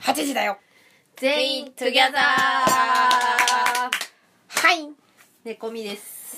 8時だよ全員トゥギャザー。 はいねこみです。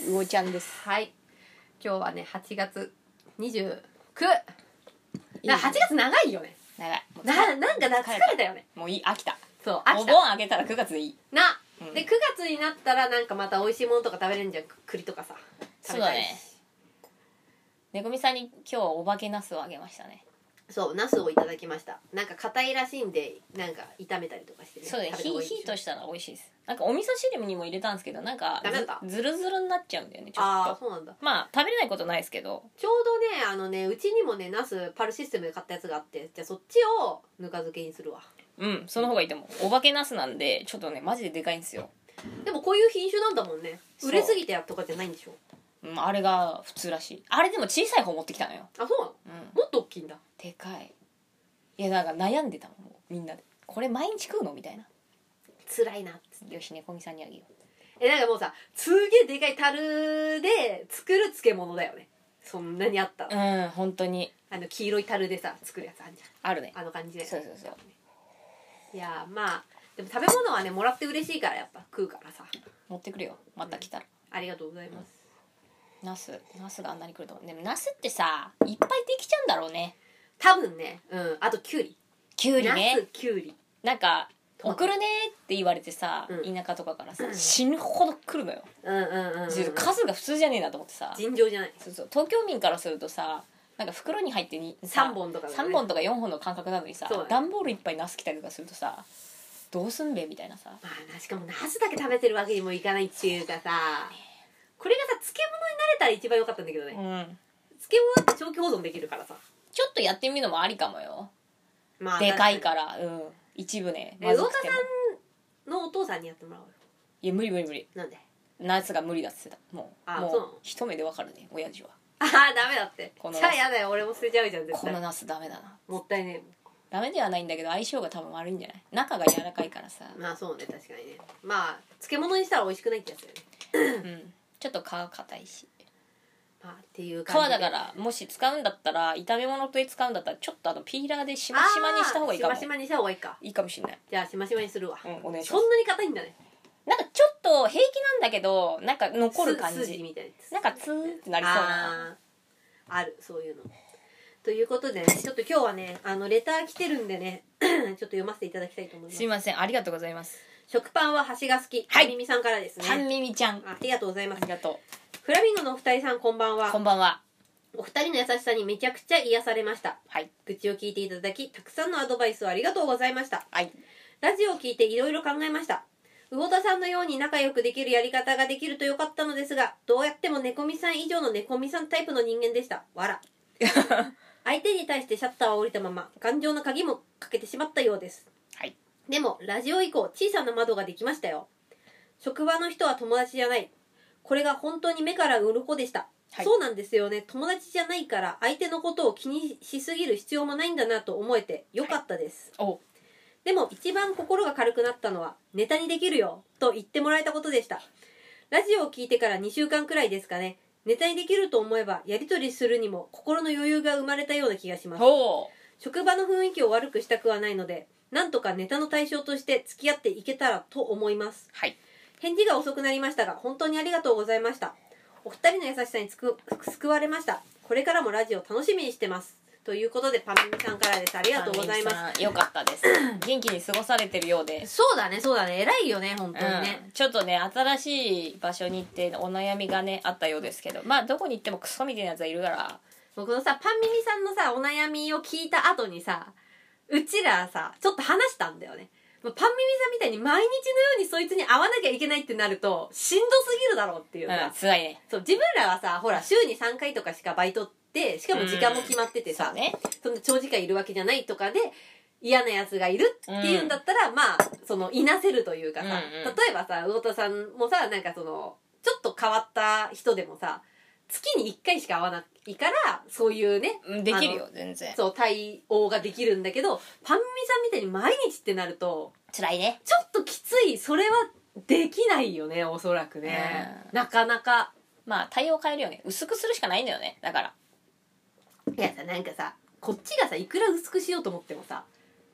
うおちゃんです。 はい、今日はね8月29。 いいね 8月長いよね。 長い。もうなんか疲れたよね。 もういい、飽きた。 そう飽きたお盆あげたら9月でいい。 な、 うんで9月になったらなんかまた美味しいものとか食べれるんじゃん。栗とかさそうだね。ねこみさんに今日お化けナスをあげましたね。 そうナスをいただきました。なんか硬いらしいんでなんか炒めたりとかしてね。 そうだね。 食べた方がいいでしょ火としたら美味しいです。なんかお味噌汁にも入れたんですけど、なんかダメだったずるずるになっちゃうんだよね、ちょああっと。 そうなんだ。 まあ食べれないことないですけど。 ちょうどねうちにもねナスパルシステムで買ったやつがあって、じゃあそっちをぬか漬けにするわ。 うん、その方がいいと思う。お化けナスなんでちょっとねマジででかいんですよ。 でもこういう品種なんだもんね。 そう売れすぎてやとかじゃないんでしょ。 うん、あれが普通らしい。あれでも小さい方持ってきたのよ。 あそうなの、 うん、 もっと大きいんだ。 でかい。いやなんか悩んでたもん、もうみんなで。これ毎日食うのみたいな。 辛いなっつって。 よしねこみさんにあげよう。 なんかもうさすげえでかい樽で作る漬物だよね。そんなにあったら、 うん、本当に黄色い樽でさ作るやつあんじあるね。 ゃん。あの感じで。 そうそうそう。 いやまあでも食べ物はねもらって嬉しいからやっぱ食うからさ。 持ってくるよ、また来たら。 ありがとうございます。 ナスがあんなに来ると思う。でもナスってさいっぱいできちゃうんだろうね。 多分ねあとキュウリ。 キュウリね。 ナスキュウリなんかトマト送るねって言われてさ、 うん田舎とかからさ、 うん死ぬほど来るのよ。数が普通じゃねえなと思ってさ。 尋常じゃない。 そうそう、東京民からするとさ、なんか袋に入って 3本とかだね 3本とか4本の感覚なのにさ、 そうだね段ボールいっぱいナス来たりとかするとさ、どうすんべみたいなさ。 まあなしかもナスだけ食べてるわけにもいかないっていうかさ、これがさ漬物になれたら一番良かったんだけどね、 うん、 漬物って長期保存できるからさ。 ちょっとやってみるのもありかもよ。 まあでかいからうん、一部ねまずくても。 魚田さんのお父さんにやってもらおうよ。 いや無理無理無理、 なんで？ ナスが無理だっつってた。もうそうなの一目でわかるね親父は。 ああダメだって。 このじゃあやだよ、俺も捨てちゃうじゃん絶対。 このナスダメだな。 もったいねダメではないんだけど相性が多分悪いんじゃない。中が柔らかいからさ。 え。まあそうね、確かにね。まあ漬物にしたら美味しくないってやつだよね。 うん、ちょっと皮硬いし。 まあっていう感じで。 皮だからもし使うんだったら炒め物と使うんだったらちょっとピーラーでしましまにした方がいいかも。 しましまにした方がいいか。 いいかもしれない。 じゃあしましまにするわ。 お願いします。 そんなに硬いんだね。 なんかちょっと平気なんだけどなんか残る感じ。 筋みたいな。 なんかツーってなりそうな。 あるそういうの。ということでね、ちょっと今日はねレター来てるんでねちょっと読ませていただきたいと思います。 すいません、ありがとうございます。 食パンは端が好き、 はいパンミミさんからですね。 パンミミちゃん、 ありがとうございます。 ありがとフラミンゴのお二人さんこんばんう。 は。 こんばんは。 お二人の優しさにめちゃくちゃ癒されました。 はい。 愚痴を聞いていただきたくさんのアドバイスをありがとうございました。 はい。 ラジオを聞いていろいろ考えました。魚田さんのように仲良くできるやり方ができるとよかったのですが、どうやっても猫みさん以上の猫みさんタイプの人間でした。わら。相手に対してシャッターを降りたまま頑丈な鍵もかけてしまったようです。 はい。 でもラジオ以降小さな窓ができましたよ。職場の人は友達じゃない。これが本当に目から鱗でした。 はい、 そうなんですよね。友達じゃないから相手のことを気にしすぎる必要もないんだなと思えてよかったです。 はい、おでも一番心が軽くなったのはネタにできるよと言ってもらえたことでした。ラジオを聞いてから2週間くらいですかね。ネタにできると思えばやり取りするにも心の余裕が生まれたような気がします。職場の雰囲気を悪くしたくはないので、なんとかネタの対象として付き合っていけたらと思います。 はい。 返事が遅くなりましたが本当にありがとうございました。お二人の優しさに救われました。これからもラジオ楽しみにしてます。ということでパンミミさんからです。ありがとうございます。 よかったです。元気に過ごされてるようで。 そうだねそうだね、偉いよね本当にね、 ちょっとね新しい場所に行ってお悩みがねあったようですけど、まあどこに行ってもクソみたいなやつはいるから。 このさパンミミさんのさお悩みを聞いた後にさ、うちらさちょっと話したんだよね。パンミミさんみたいに毎日のようにそいつに会わなきゃいけないってなるとしんどすぎるだろうっていうさ、 辛いね。 そう自分らはさほら週に3回とかしかバイトってしかも時間も決まっててさ、そんな長時間いるわけじゃないとかで嫌なやつがいるっていうんだったら、まあそのいなせるというかさ、例えばさ魚田さんもさなんかそのちょっと変わった人でもさ月に1回しか会わないからそういうねできるよ全然。 そう対応ができるんだけど、パンミミさんみたいに毎日ってなると辛いね。 ちょっときつい。それはできないよねおそらくね、なかなか。 まあ対応変えるよね。薄くするしかないんだよね。だからいやさなんかさこっちがさいくら薄くしようと思ってもさ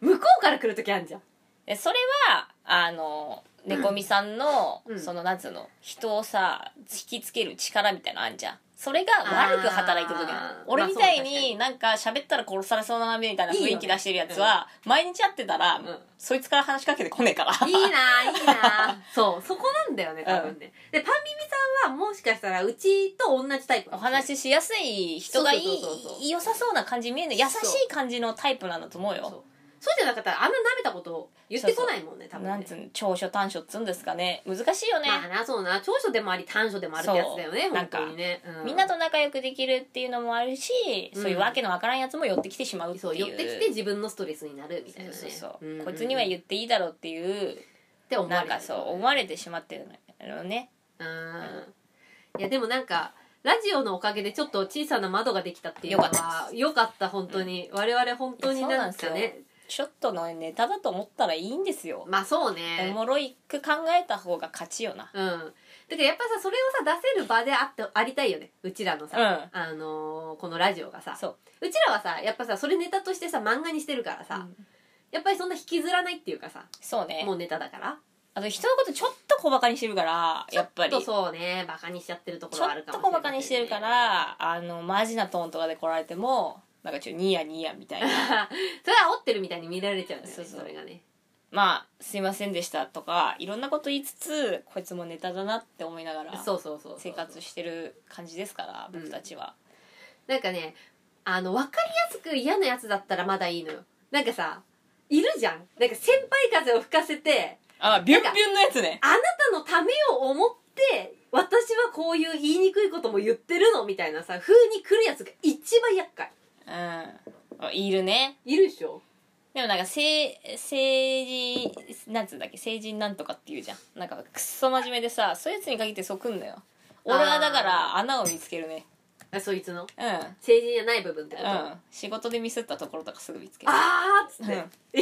向こうから来る時あるじゃん。 でそれは猫みさんの、 うんそのなんつうの人をさ引きつける力みたいなのあんじゃん。それが悪く働いてる時なの。 あー俺みたいまあそうになんか喋ったら殺されそうなみたいな雰囲気出してるやつは毎日会ってたら、 んそいつから話しかけてこねえから。 いいないいなそうそこなんだよね多分ね、でパンミミさんはもしかしたらうちと同じタイプお話ししやすい人がいそうそうそうそう良さそうな感じ見える優しい感じのタイプなんだと思うよ。 そうじゃなかったらあんな舐めたこと言ってこないもんね多分ね。 なんつうの長所短所っつうんですかね、難しいよね、 まあなそうな長所でもあり短所でもあるってやつだよねそう本当にね、 みんなと仲良くできるっていうのもあるし、そういうわけのわからんやつも寄ってきてしまうっていう、 そう寄ってきて自分のストレスになるみたいなね。 こいつには言っていいだろうっていうって思われてるなんかそう思われてしまってるのね。 いやでもなんかラジオのおかげでちょっと小さな窓ができたっていうのはよかった本当に、我々本当になんかねちょっとのネタだと思ったらいいんですよ。 まあそうおねもろく考えた方が勝ちよな。 だからやっぱさそれをさ出せる場でありたいよねうちらのさ、このラジオがさうちらはさやっぱさそれネタとしてさ漫画にしてるからさ、やっぱりそんな引きずらないっていうかさそうね、 もうネタだからあと人のことちょっと小バカにしてるからやっぱりちょっとそうねバカにしちゃってるところはあるかもしれない、 ちょっと小バカにしてるからマジなトーンとかで来られてもなんかちょっとニヤニヤみたいなそれは煽ってるみたいに見られちゃうんだよね。それがねまあすいませんでしたとかいろんなこと言いつつこいつもネタだなって思いながらそう生活してる感じですから僕たちは、 なんかね分かりやすく嫌なやつだったらまだいいのよ。なんかさいるじゃんなんか先輩風を吹かせてビュンビュンのやつね。 あなたのためを思って私はこういう言いにくいことも言ってるのみたいなさ風に来るやつが一番厄介。 いるね。 いるでしょ。 でもなんか政治なんつうんだっけ成人なんとかっていうじゃん。なんかクソ真面目でさそういうやつに限ってそうくんのよ。俺はだから穴を見つけるね。 そいつのうん成人じゃない部分ってこと、 仕事でミスったところとかすぐ見つける。 あーっつって、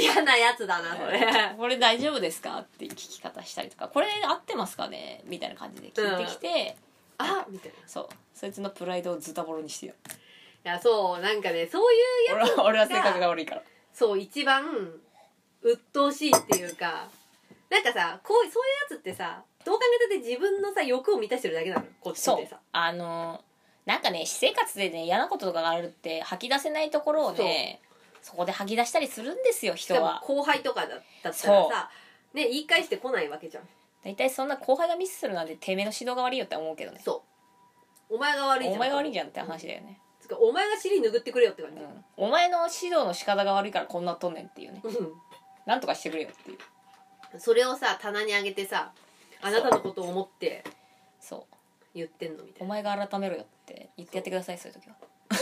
嫌なやつだなそれ、 これ大丈夫ですかっていう聞き方したりとかこれ合ってますかねみたいな感じで聞いてきて、 あみたいなそいつのプライドをズタボロにしてよ。 いやそうなんかねそういうやつ俺は性格が悪いからそう一番鬱陶しいっていうかなんかさそういうやつってさどう考えたって自分のさ欲を満たしてるだけなのよこっちってさ。 なんかね私生活でね嫌なこととかがあるって吐き出せないところをねそこで吐き出したりするんですよ人は。 後輩とかだったらさね言い返してこないわけじゃん。 大体そんな後輩がミスするなんててめえの指導が悪いよって思うけどね。 そうお前が悪いじゃんお前が悪いじゃんって話だよね、 お前が尻拭ってくれよって感じ、 お前の指導の仕方が悪いからこんなとんねんっていうねなんとかしてくれよっていうそれをさ棚にあげてさあなたのことを思ってそう言ってんのみたおいな前が改めろよって言ってやってくださいそういう時は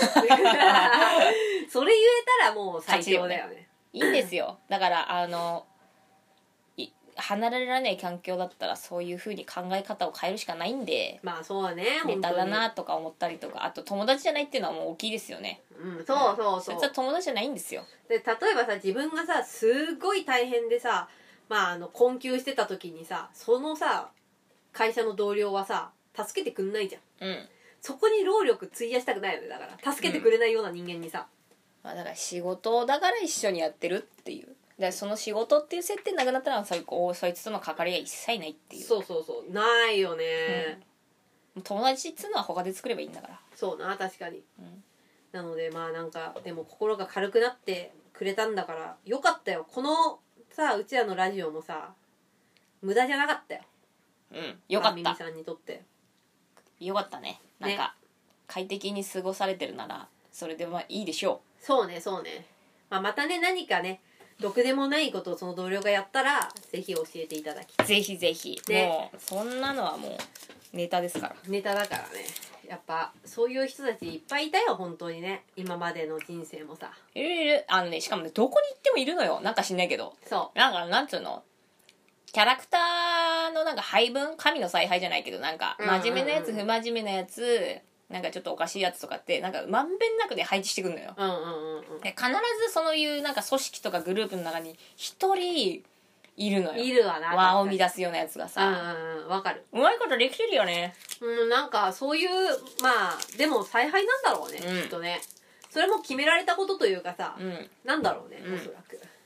それ言えたらもう最強だよね。 いいんですよだから離れられない環境だったらそういう風に考え方を変えるしかないんで、 まあそうだねネタだなとか思ったりとかあと友達じゃないっていうのはもう大きいですよね。 そうそいつは友達じゃないんですよ。 で例えばさ自分がさすごい大変でさ困窮してた時にさそのさ会社の同僚はさ助けてくんないじゃん、そこに労力費やしたくないよね。だから助けてくれないような人間にさ、 だから仕事だから一緒にやってるっていうでその仕事っていう設定なくなったらそいつとの関わりが一切ないっていう。 そうないよね、 友達っつうのは他で作ればいいんだから。 そうな確かに、なのでなんかでも心が軽くなってくれたんだからよかったよ。このさうちらのラジオもさ無駄じゃなかったよ。 よかった。 ミミさんにとってよかったね。なんか快適に過ごされてるならそれでいいでしょう。そうね、またね何かね毒でもないことをその同僚がやったらぜひ教えていただきたい。 ぜひぜひ、もうそんなのはもうネタですから。 ネタだからね。やっぱそういう人たちいっぱいいたよ本当にね。今までの人生もさいるしかもねどこに行ってもいるのよ。なんか知んないけどなんかなんつうのキャラクターのなんか配分神の采配じゃないけどなんか真面目なやつ不真面目なやつなんかちょっとおかしいやつとかってなんかまんべんなくで配置してくんのよ、で必ずそういうなんか組織とかグループの中に一人いるのよ。 いるわな。 和を乱すようなやつがさ、 わかる。 うまいことできてるよね。 なんかそういうでも采配なんだろうね、きっとね。それも決められたことというかさ、なんだろうね、おそらく。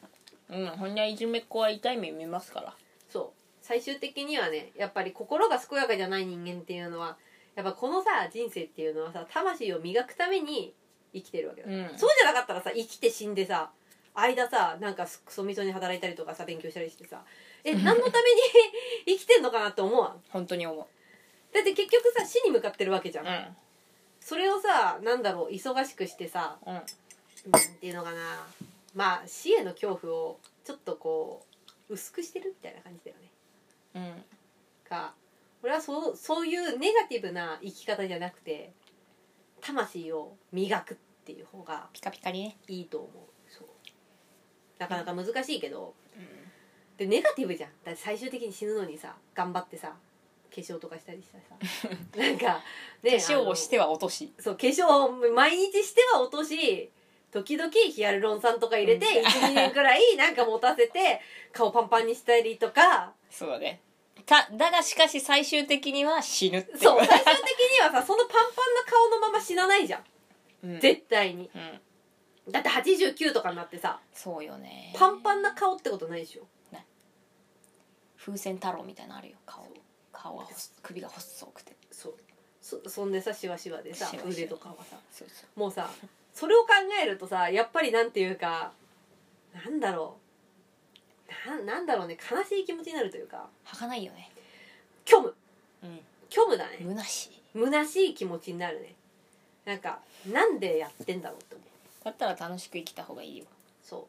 ほんないじめっ子は痛い目見ますから。 そう最終的にはねやっぱり心が健やかじゃない人間っていうのはやっぱこのさ人生っていうのはさ魂を磨くために生きてるわけだ、そうじゃなかったらさ生きて死んでさ間さなんかクソみそに働いたりとかさ勉強したりしてさ何のために生きてんのかなって思わん本当に思う。 だって結局さ死に向かってるわけじゃん、 うん、 それをさなんだろう忙しくしてさ、なんていうのかなまあ死への恐怖をちょっとこう薄くしてるみたいな感じだよね、俺はそういうネガティブな生き方じゃなくて魂を磨くっていう方がピカピカにねいいと思う。そうなかなか難しいけど、でネガティブじゃん。だって最終的に死ぬのにさ頑張ってさ化粧とかしたりしたらさなんか、ね、 化粧をしては落としそう化粧を毎日しては落とし時々ヒアルロン酸とか入れて 1,2 年くらいなんか持たせて顔パンパンにしたりとかそうだねだがしかし最終的には死ぬっていうそう最終的にはさそのパンパンな顔のまま死なないじゃん、絶対に、だって89とかになってさそうよねパンパンな顔ってことないでしょ、 ね、風船太郎みたいなのあるよ顔が首が細くてそんでさシワシワでさ腕とかはさそうもうさそれを考えるとさやっぱりなんていうかなんだろうね悲しい気持ちになるというか儚いよね虚無だね虚しい気持ちになるねなんかなんでやってんだろうって思うだったら楽しく生きた方がいいよそう、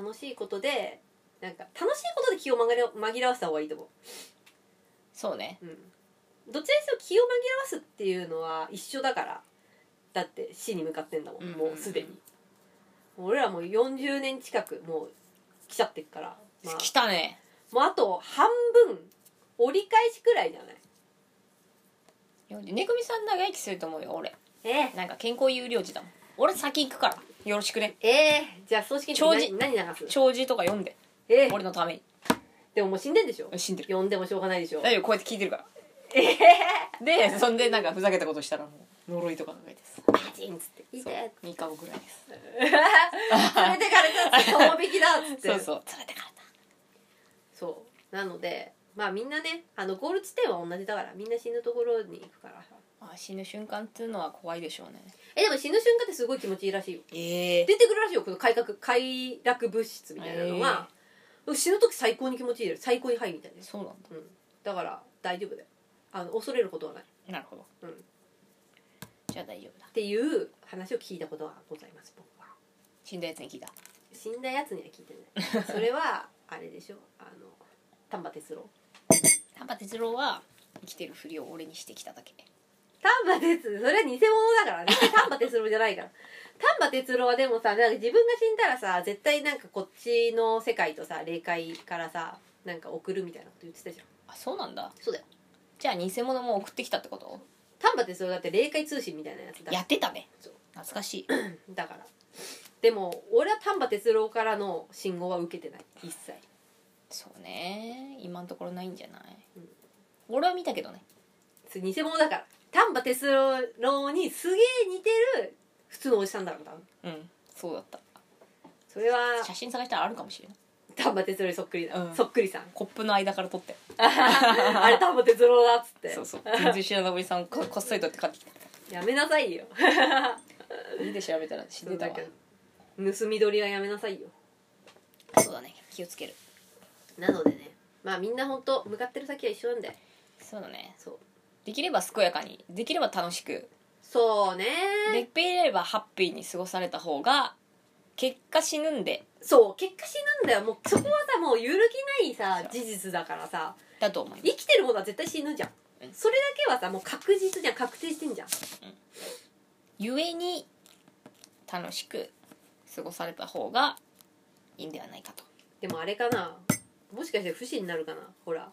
楽しいことでなんか楽しいことで気を紛らわせた方がいいと思うそうね、 どちらにせよ気を紛らわすっていうのは一緒だからだって死に向かってんだもん、もうすでに俺らもう40年近くもう来ちゃってっから、 来たねもうあと半分折り返しくらいじゃないねぐみさん長生きすると思うよ俺なんか健康有料児だもん俺先行くからよろしくねじゃあ葬式に何流す弔辞とか読んで俺のためにでももう死んでんでしょ死んでる読んでもしょうがないでしょだよこうやって聞いてるからでそんでなんかふざけたことしたらもう呪いとか書いてさバチンっつっていいね3日後ぐらいです連れてかれたっつって友引きだっつってそう連れてかれたそうなのでまあみんなねゴール地点は同じだからみんな死ぬところに行くからさ死ぬ瞬間っていうのは怖いでしょうねでも死ぬ瞬間ってすごい気持ちいいらしいよ、出てくるらしいよこの快楽物質みたいなのが、死ぬ時最高に気持ちいい最高にハイみたいなそうなんだ、 だから大丈夫だよ恐れることはないなるほど、じゃあ大丈夫だっていう話を聞いたことはございます僕は。 死んだやつに聞いた死んだやつには聞いてないそれはあれでしょ丹波哲郎は生きてるふりを俺にしてきただけ丹波哲郎それは偽物だからね丹波哲郎じゃないから丹波哲郎はでもさなんか自分が死んだらさ絶対なんかこっちの世界とさ霊界からさなんか送るみたいなこと言ってたじゃん。 あそうなんだ。 そうだよ。 じゃあ偽物も送ってきたってこと？ 丹波哲郎だって霊界通信みたいなやつだやってたね。 そう懐かしいだからでも俺は丹波哲郎からの信号は受けてない一切。 そうね今のところないんじゃない、俺は見たけどね。 偽物だから丹波哲郎にすげえ似てる普通のおじさんだろ多分。 そうだった。 それは写真探したらあるかもしれない。 丹波哲郎にそっくりだ、そっくりさんコップの間から撮ってあれ丹波哲郎だっつってそう全然知らないおじさんこっそり撮って買ってきた。 やめなさいよいいで調べたら知ってたわ。 盗み撮りはやめなさいよ。 そうだね気をつける。 なのでねまあみんな本当向かってる先は一緒なんだよ。 そうだね。 そうできれば健やかにできれば楽しくそうねできればハッピーに過ごされた方が結果死ぬんでそう結果死ぬんだよ。もうそこはさもう揺るぎないさ事実だからさだと思います。 生きてるものは絶対死ぬじゃん、それだけはさもう確実じゃん確定してんじゃん、 ゆえに楽しく過ごされた方がいいんではないかと。 でもあれかなもしかして不死になるかなほら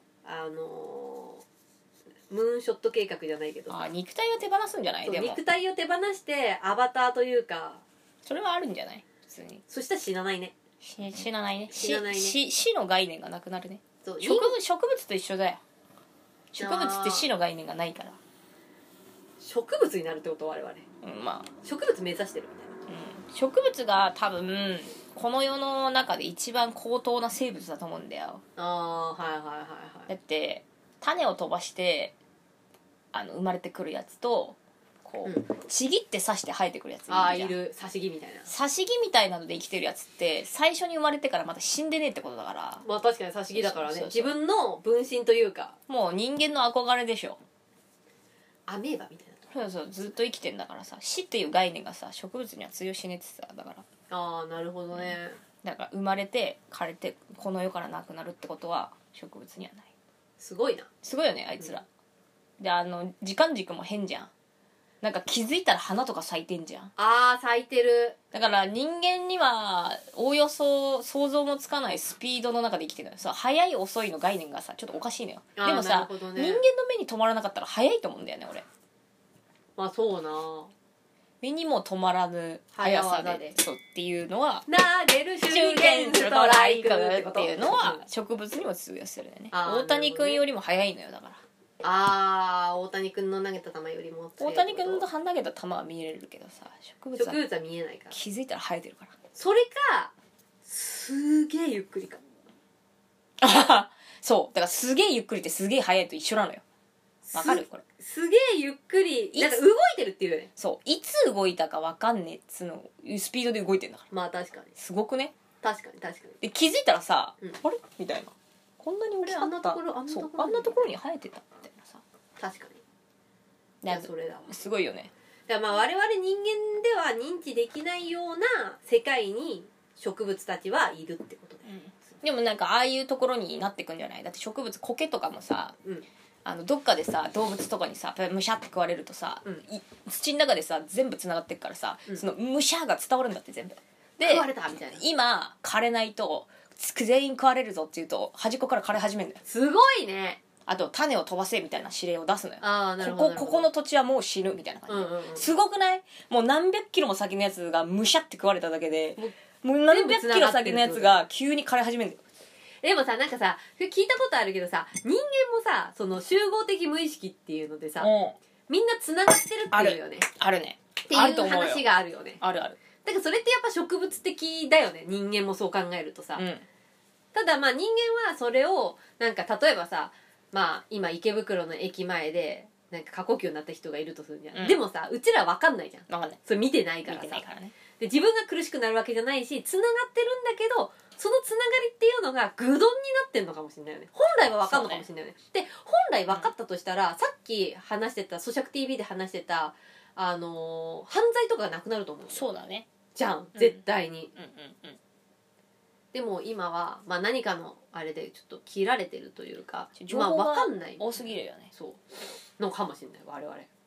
ムーンショット計画じゃないけど肉体を手放すんじゃない？でも肉体を手放してアバターというかそれはあるんじゃない？普通にそしたら死なないね。 死なないね。 死の概念がなくなるね。 そう植物と一緒だよ。植物って死の概念がないから。 植物になるってこと我々、 まあ植物目指してるみたいな。 植物が多分この世の中で一番高等な生物だと思うんだよ。 ああ、はいはいはいはだって種を飛ばして生まれてくるやつとこう、ちぎって刺して生えてくるやついるじゃん。 ああ、いる。刺し木みたいな。 刺し木みたいなので生きてるやつって最初に生まれてからまた死んでねえってことだから、 まあ確かに刺し木だからね。 そうそうそう自分の分身というか、 もう人間の憧れでしょ。 アメーバみたいな。 そうそう、ずっと生きてんだからさ、死っていう概念がさ植物には通用しねえってさ、だからああ、なるほどね。 だから生まれて枯れてこの世からなくなるってことは植物にはない。 すごいな。 すごいよねあいつら、で時間軸も変じゃん。なんか気づいたら花とか咲いてんじゃん。 ああ、咲いてる。 だから人間にはおおよそ想像もつかないスピードの中で生きてるのよ。さ、早い遅いの概念がさちょっとおかしいのよ。でもなるさ、 ほどね人間の目に止まらなかったら早いと思うんだよね俺。 まあそうな。 目にも止まらぬ速さ早技ででそうっていうのは投げる中瞬間堅ストストラライクイクっていうのは植物にも通用するよね。 あー大谷君よりも速いのよ。だからああ、大谷君の投げた球よりも強い大谷君の投げた球は見れるけどさ、植物は植物は見えないから。 気づいたら生えてるから。 それかすげえゆっくりか。 そうだからすげえゆっくりってすげえ速いと一緒なのよ。わかるこれ。 すげえゆっくりなんか動いてるっていうよね。 そういつ動いたかわかんねえっつうのスピードで動いてんだから。 まあ確かにすごくね。 確かに確かに。 で気づいたらさ、 うんあれみたいな、こんなに大きかった、 あれあんなところそうあんなところに生えてたみたいなさ。 確かに。いだやそれだわ。 すごいよね。 だからまあ我々人間では認知できないような世界に植物たちはいるってことだよね。 でもなんかああいうところになってくんじゃない。だって植物苔とかもさ、 うんどっかでさ動物とかにさむしゃって食われるとさ、土の中でさ全部つながってっからさ、そのむしゃが伝わるんだって全部で。 食われたみたいな。 今枯れないと全員食われるぞっていうと端っこから枯れ始めるんだよ。 すごいね。 あと種を飛ばせみたいな指令を出すのよ。 ああ、なるほど。 ここの土地はもう死ぬみたいな感じで、すごくない？もう何百キロも先のやつがむしゃって食われただけでもう何百キロ先のやつが急に枯れ始めるんだよ。 でもさ、なんかさ、聞いたことあるけどさ、人間もさ、その集合的無意識っていうのでさ、みんな繋がってるっていうよね。 あるね。 っていう話があるよね。 あるある。 だからそれってやっぱ植物的だよね。人間もそう考えるとさ。 うん、 ただまあ人間はそれを、なんか例えばさ、まあ今池袋の駅前で、なんか過呼吸になった人がいるとするじゃん。でもさ、うちら分かんないじゃん。 分かんない。 それ見てないからさ。 見てないからね。 で、自分が苦しくなるわけじゃないし、繋がってるんだけど、そのつながりっていうのが愚鈍になってんのかもしれないよね。本来は分かんのかもしれないよね。で、本来分かったとしたら、さっき話してた、咀嚼 TV で話してた、犯罪とかがなくなると思う。 そうだね。 じゃん、絶対に。 うんうんうん。 でも今は、まあ何かのあれでちょっと切られてるというか、 情報がまあ分かんない。 多すぎるよね。 そうのかもしれない、我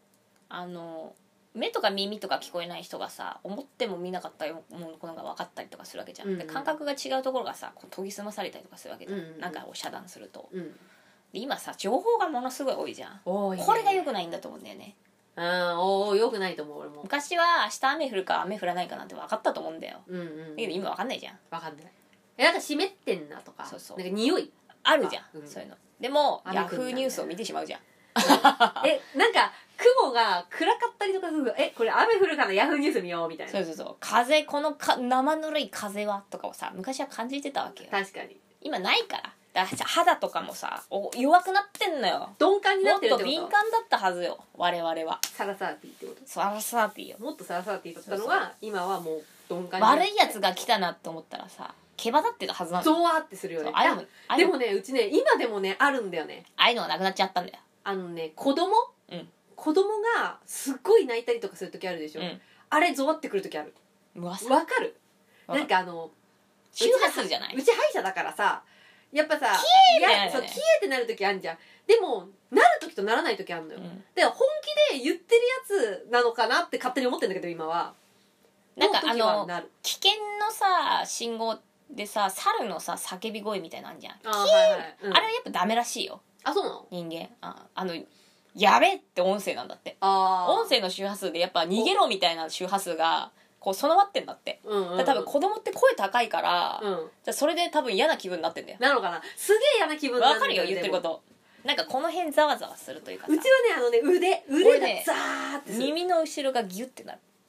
々。 目とか耳とか聞こえない人がさ思っても見なかったものが分かったりとかするわけじゃん、で感覚が違うところがさこう研ぎ澄まされたりとかするわけじゃん、なんかを遮断すると、で今さ情報がものすごい多いじゃん。 多いね。 これが良くないんだと思うんだよね。 よくないと思う俺も。 昔は明日雨降るか雨降らないかなんて分かったと思うんだよ、だけど今分かんないじゃん。 分かんない。なんか湿ってんなとか、 そうなんか匂いあるじゃん、そういうの。でもヤフーニュースを見てしまうじゃん。 なんか雲が暗かったりとかするとこれ雨降るかなヤフーニュース見ようみたいな。 そう風この生ぬるい風はとかをさ昔は感じてたわけよ。 確かに今ないから。だから肌とかもさ弱くなってんのよ。 鈍感になってるってこと。 もっと敏感だったはずよ我々は。 サラサーティーってこと。 サラサーティーよ。 もっとサラサーティーだったのが今はもう鈍感に悪いやつが来たなって思ったらさ毛羽立ってたはずなの。 ゾワーってするよね。でもねうちね今でもねあるんだよね。 ああいうのがなくなっちゃったんだよ。 子供がすっごい泣いたりとかする時あるでしょ、あれゾワってくる時ある。わかる。なんか周波数じゃない。 うち歯医者だからさやっぱさキエーってなる時あるじゃん。でもなる時とならない時あるのよ、で本気で言ってるやつなのかなって勝手に思ってんだけど今はなんか危険のさ信号でさ猿のさ叫び声みたいなのあんじゃん。あれはやっぱダメらしいよ。 あ、そうなの？ 人間やべえって音声なんだって。音声の周波数でやっぱ逃げろみたいな周波数がこう備わってんだって、多分子供って声高いから、じゃそれで多分嫌な気分になってんだよ。 なのかな。すげえ嫌な気分になる。 分かるよ言ってること。なんかこの辺ざわざわするというかさ、 うちはね腕がザーってする。 耳の後ろがギュッてなる。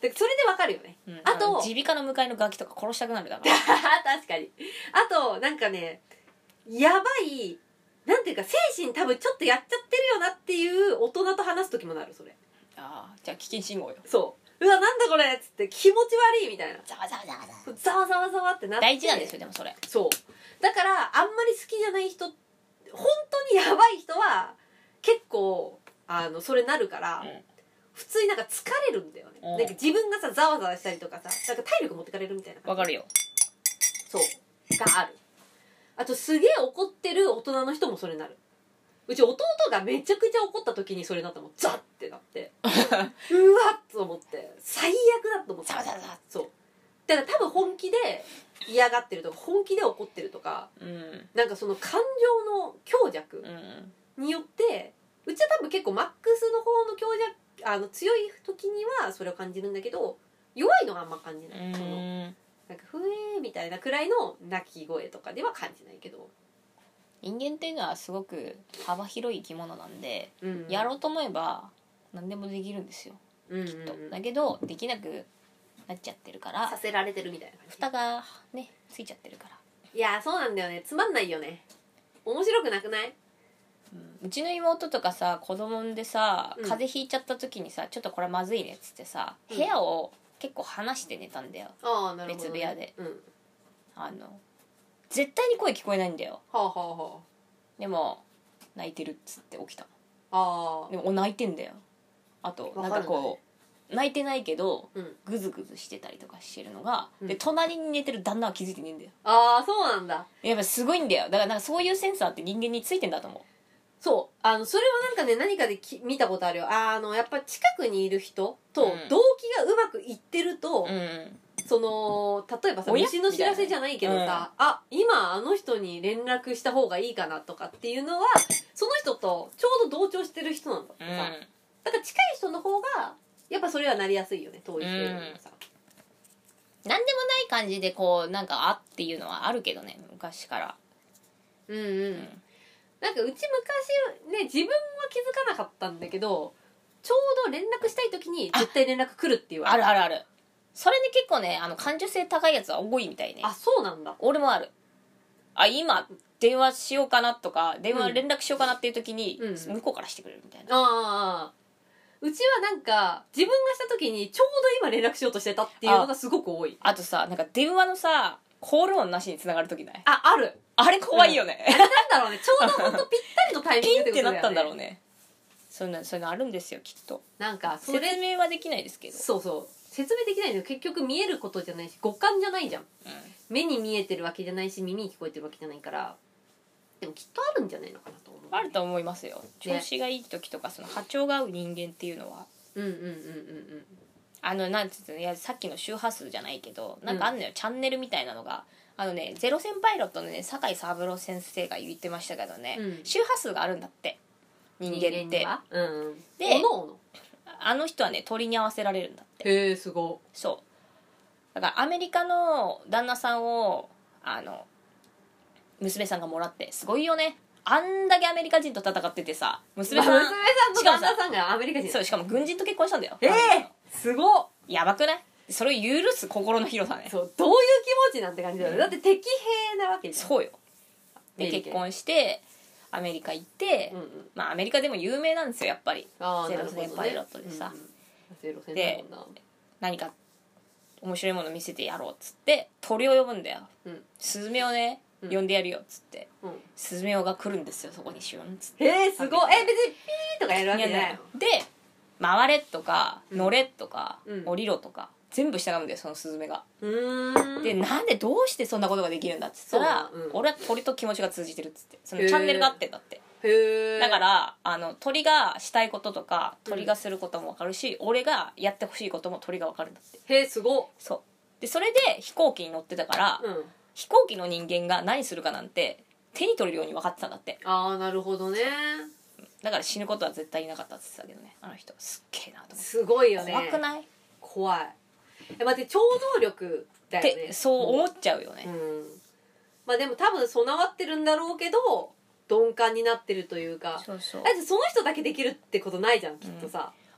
でそれでわかるよね、あと耳鼻科の向かいのガキとか殺したくなるだから確かに。あとなんかね、やばい、なんていうか精神多分ちょっとやっちゃってるよなっていう大人と話す時もなる、それ。 ああ、じゃあ危険信号よ。 そううわなんだこれっつって気持ち悪いみたいな、 ざわざわざわざわざわざわざわってなって大事なんですよでもそれ。 そうだからあんまり好きじゃない人、本当にやばい人は結構それなるから、普通になんか疲れるんだよね、なんか自分がさざわざわしたりとかさ、なんか体力持ってかれるみたいな。 わかるよ。 そうがある。あとすげえ怒ってる大人の人もそれなる。うち弟がめちゃくちゃ怒った時にそれになったもん、ザッってなってうわっと思って最悪だと思って、 ざわざわざわ。 そうだから多分本気で嫌がってるとか本気で怒ってるとか、なんかその感情の強弱によって、うちは多分結構マックスの方の強弱、強い時にはそれを感じるんだけど、弱いのがあんま感じない、そのなんかふえーみたいなくらいの鳴き声とかでは感じないけど、 人間っていうのはすごく幅広い生き物なんで、 うんやろうと思えば何でもできるんですよ、 うんきっと。だけどできなくなっちゃってるからさせられてるみたいな感じ。 蓋がねついちゃってるから。 いやそうなんだよね、つまんないよね、面白くなくない？ うちの妹とかさ、子供産んでさ、 うん風邪ひいちゃった時にさ、ちょっとこれまずいねっつってさ、 うん部屋を結構離して寝たんだよ。 ああなるほど、ね、 別部屋でうん、 絶対に声聞こえないんだよ。 はあはあはでも泣いてるっつって起きた。 あ、ああでも泣いてんだよ。あとなんかこう泣いてないけどうん、 グズグズしてたりとかしてるのが、 うんで隣に寝てる旦那は気づいてねえんだよ。 ああそうなんだ。 やっぱすごいんだよ。だからなんかそういうセンサーって人間についてんだと思う。 そうそれはなんかね何かで見たことあるよ。やっぱ近くにいる人とうん動機がうまくいってると、その例えばさおや虫の知らせじゃないけどさ、今あの人に連絡した方がいいかなとかっていうのはその人とちょうど同調してる人なんだってさ、だから近い人の方がやっぱそれはなりやすいよね、遠い人よりもさ、 なんでもない感じでこうなんかっていうのはあるけどね、昔から。 うんうん、なんかうち昔ね自分は気づかなかったんだけど、ちょうど連絡したい時に絶対連絡来るっていうあるあるある。それで結構ね感受性高いやつは多いみたいね。 あ、そうなんだ。 俺もある。今電話しようかなとか電話連絡しようかなっていう時に、向こうからしてくれるみたいな。 うちはなんか自分がした時にちょうど今連絡しようとしてたっていうのがすごく多い。 あとさ、なんか電話のさコール音なしに繋がる時ない？ ある。 あれ怖いよね、 あれなんだろうね、ちょうどほんとぴったりのタイミングピンってなったんだろうね。そういうのあるんですよきっと。 なんか説明はできないですけど。 そう説明できないの、結局見えることじゃないし五感じゃないじゃん、目に見えてるわけじゃないし耳に聞こえてるわけじゃないから、でもきっとあるんじゃないのかなと思う。 あると思いますよ。調子がいい時とかその波長が合う人間っていうのは、なんつうの、いやさっきの周波数じゃないけどなんかあんのよ、チャンネルみたいなのが。ゼロ戦パイロットのね酒井三郎先生が言ってましたけどね、周波数があるんだって人間って。であの人はね鳥に合わせられるんだって。 へえ、すごい。 そうだからアメリカの旦那さんを娘さんがもらって、すごいよね。あんだけアメリカ人と戦っててさ、娘さんの旦那さんがアメリカ人。 そう、しかも軍人と結婚したんだよ。 すごっ。 やばくない？それを許す心の広さね。 そう、どういう気持ちなんて感じだよね、だって敵兵なわけじゃん。 そうよ。で結婚してアメリカ行って、まあアメリカでも有名なんですよやっぱり。ゼロ戦パイロットでさ、で何か面白いもの見せてやろうっつって鳥を呼ぶんだよ、スズメをね呼んでやるよっつって、スズメが来るんですよ、そこにシュンっつって。 すごい。別にピーとかやるわけじゃないの？ で回れとか乗れとか、降りろとか全部従うんだよそのスズメが。でなんでどうしてそんなことができるんだっつったら、俺は鳥と気持ちが通じてるっつって、そのチャンネルがあってんだって。だから鳥がしたいこととか鳥がすることも分かるし、俺がやってほしいことも鳥が分かるんだって。 へえ、すごっ。 そうでそれで飛行機に乗ってたから、飛行機の人間が何するかなんて手に取れるように分かってたんだって。 なるほどね。 だから死ぬことは絶対いなかったって言ってたけどね、あの人すっげえなと思って。 すごいよね。 怖くない？ 怖い。待って、超能力だよね。 そう思っちゃうよね。 まあでも多分備わってるんだろうけど鈍感になってるというか。だってその人だけできるってことないじゃん、きっとさ。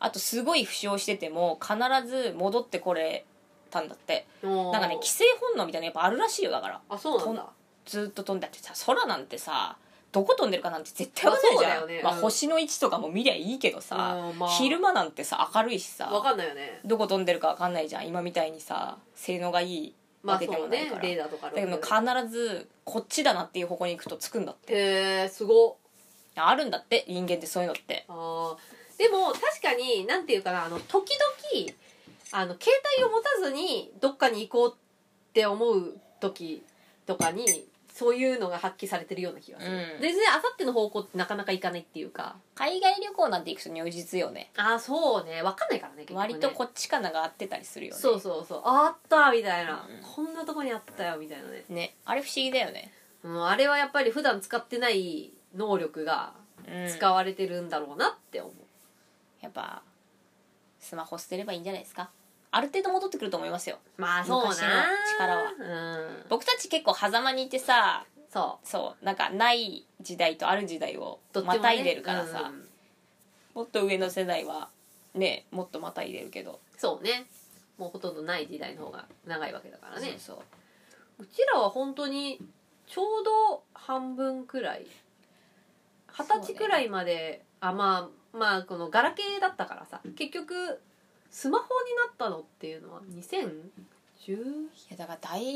あとすごい負傷してても必ず戻ってこれたんだって。なんかね、寄生本能みたいなやっぱあるらしいよ。だからあ、そうなんだ。 ずっと飛んでってさ、空なんてさどこ飛んでるかなんて絶対わかんないじゃん、 まあそうだよね、 まあ、星の位置とかも見りゃいいけどさ、 まあ、 昼間なんてさ明るいしさ、 わかんないよね。 どこ飛んでるかわかんないじゃん。今みたいにさ性能がいいわけでもないから、 レーダーとかあるだけど必ずこっちだなっていう方向に行くと着くんだって。 へえ、すごっ。 あるんだって人間ってそういうのって。 あでも確かになんていうかな、時々携帯を持たずにどっかに行こうって思う時とかにそういうのが発揮されてるような気がする、全然あさっての方向ってなかなか行かないっていうか、 海外旅行なんて行くと如実よね。 ああそうね、分かんないからね、結構ね割とこっちかなが合ってたりするよね。 そうそうそう、あったみたいな、こんなとこにあったよみたいなね。 ね、あれ不思議だよね。 あれはやっぱり普段使ってない能力が使われてるんだろうなって思う、 やっぱスマホ捨てればいいんじゃないですか。ある程度戻ってくると思いますよ。 まあそうな、 昔の力は、僕たち結構狭間にいてさ、そうなんかない時代とある時代をまたいでるからさ、もっと上の世代はねもっとまたいでるけど、 そうね、もうほとんどない時代の方が長いわけだからね。 そううちらは本当にちょうど半分くらい、20歳くらいまで、まあこのガラケーだったからさ、結局スマホになったのっていうのは2010、 いやだから大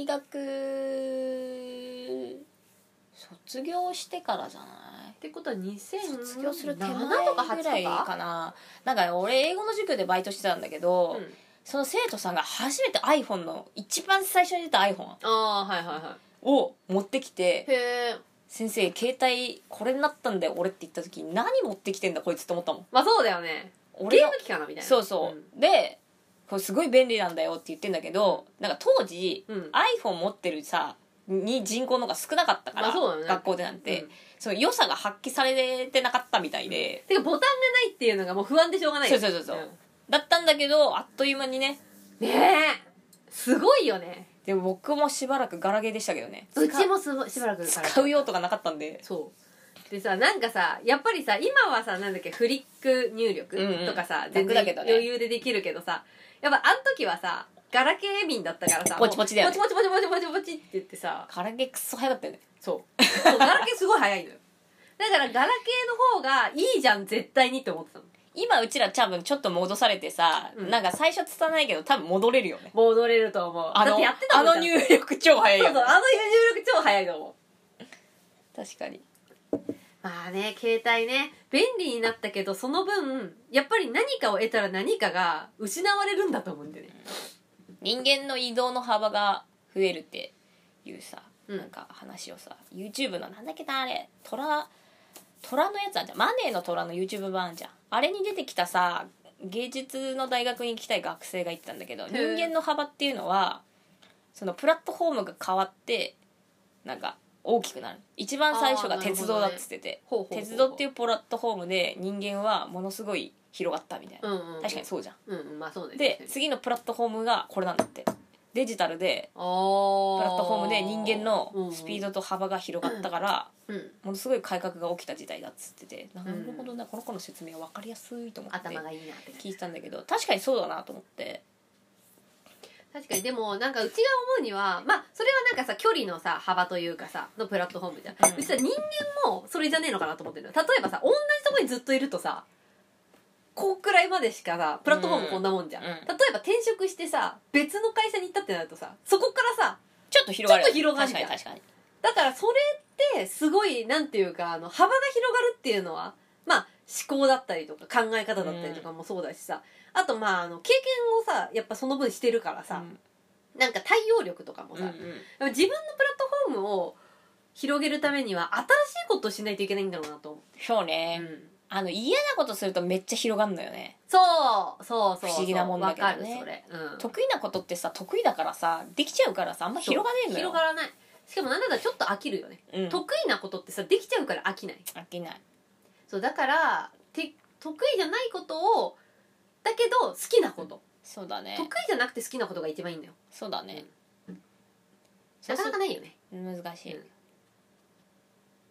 学卒業してからじゃないってことは2000 卒業する手前とか8 ぐらいとかかな。なんか俺英語の塾でバイトしてたんだけど、その生徒さんが初めて iPhone の一番最初に出た iPhone を持ってきて、先生携帯これになったんだよ俺って言った時に、何持ってきてんだこいつって思ったもん。 まあそうだよね、 俺ゲーム機かなみたいな。 そうそう、でこれすごい便利なんだよって言ってんだけど、なんか当時、iPhone 持ってるさに人口の方が少なかったから、学校でなんて、その良さが発揮されてなかったみたいで、 てかボタンがないっていうのがもう不安でしょうがない。 そう、だったんだけどあっという間にねすごいよね。 でも僕もしばらくガラゲーでしたけどね。 うちもしばらく使う用とかなかったんで。 そうでさ、なんかさやっぱりさ今はさなんだっけフリック入力とかさ、全然余裕でできるけどさ、やっぱあん時はさガラケー民だったからさ、 ポチポチだよね、 ポチポチポチポチポチポチって言ってさ、 ガラケークソ早かったよね。 そうガラケーすごい早いのよ。だからガラケーの方がいいじゃん絶対にって思ってたの。 今うちら多分ちょっと戻されてさ、なんか最初つたないけど多分戻れるよね。 戻れると思う。 だってやってたもん。入力超早いよね。 そう入力超早いと思う。 確かに。 まあね、携帯ね便利になったけど、その分やっぱり何かを得たら何かが失われるんだと思うんだよね。 人間の移動の幅が増えるっていうさ、なんか話をさ YouTube のなんだっけなあれ、虎のやつあんじゃん、マネーの虎の YouTube 版あんじゃん。あれに出てきたさ芸術の大学に行きたい学生が言ってたんだけど、人間の幅っていうのはそのプラットフォームが変わってなんか大きくなる。一番最初が鉄道だっつってて、鉄道っていうプラットフォームで人間はものすごい広がったみたいな、確かにそうじゃん、 まあそうね。で次のプラットフォームがこれなんだって。デジタルでプラットフォームで人間のスピードと幅が広がったから、ものすごい改革が起きた時代だっつってて、なるほどね、この子の説明は分かりやすいと思って頭がいいなって聞いてたんだけど、確かにそうだなと思って。 確かに。でもなんかうちが思うには、まあそれはなんかさ距離のさ幅というかさのプラットフォームじゃん、うちさ人間もそれじゃねえのかなと思ってるの。例えばさ同じとこにずっといるとさこうくらいまでしかさプラットフォームこんなもんじゃん、例えば転職してさ別の会社に行ったってなるとさ、そこからさちょっと広がるじゃん。 確かに。 だからそれってすごいなんていうか幅が広がるっていうのはまあ思考だったりとか考え方だったりとかもそうだしさ、あとまあ経験をさやっぱその分してるからさ、なんか対応力とかもさ、自分のプラットフォームを広げるためには新しいことをしないといけないんだろうなと思って。 そうね、嫌なことするとめっちゃ広がんのよね。 そう不思議なもんだけどね。 それ、 得意なことってさ得意だからさできちゃうからさあんま広がねえのよ。 広がらない。しかもなんだったらちょっと飽きるよね、得意なことってさできちゃうから飽きない。そうだから得意じゃないことをだけど好きなこと、 そうだね、 得意じゃなくて好きなことが一番いいんだよ。 そうだね、 なかなかないよね。 難しい、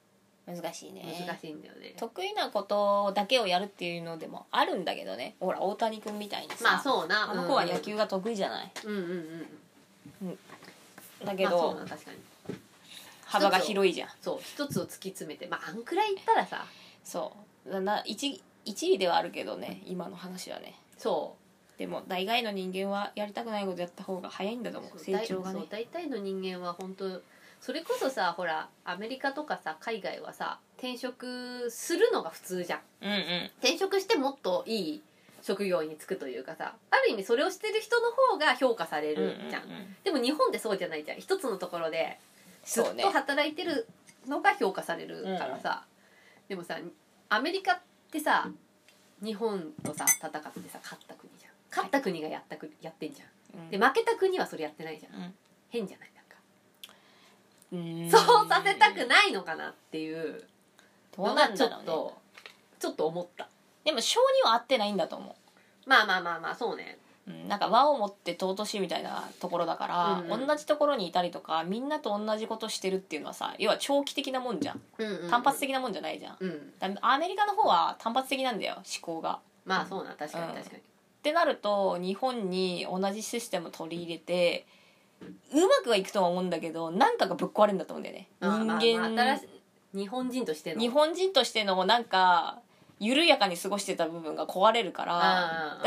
難しいね。 難しいんだよね。 得意なことだけをやるっていうのでもあるんだけどね。ほら大谷君みたいにさ、 まあそうな、 あの子は野球が得意じゃない。 うんうんうん。 だけど、 まあ、そうな確かに幅が広いじゃん。 そう一つを突き詰めて、まああんくらい言ったらさ、 そう一位ではあるけどね、今の話はね。 そうでも大概の人間はやりたくないことやった方が早いんだと思う、成長がね。 そう大体の人間は本当それこそさ、ほらアメリカとかさ海外はさ転職するのが普通じゃん。 うんうん。 転職してもっといい職業に就くというかさ、ある意味それをしてる人の方が評価されるじゃん、 うんうんうん、 でも日本ってそうじゃないじゃん。一つのところでずっと働いてるのが評価されるからさ、でもさアメリカってさ日本とさ戦ってさ勝った国じゃん。勝った国がやってんじゃん、 うん、 で負けた国はそれやってないじゃん、 うん、 変じゃない？そうさせたくないのかなっていうのがちょっと思った。 でも性には合ってないんだと思う。まあそうね、 なんか和をもって尊しみたいなところだから、うんうん、同じところにいたりとかみんなと同じことしてるっていうのはさ、要は長期的なもんじゃん、うんうんうん、単発的なもんじゃないじゃん、うん、アメリカの方は単発的なんだよ、思考が。まあそうな、確かに確かに、ってなると日本に同じシステム取り入れてうまくはいくとは思うんだけど、なんかがぶっ壊れるんだと思うんだよね。人間、 日本人としてのなんか緩やかに過ごしてた部分が壊れるから、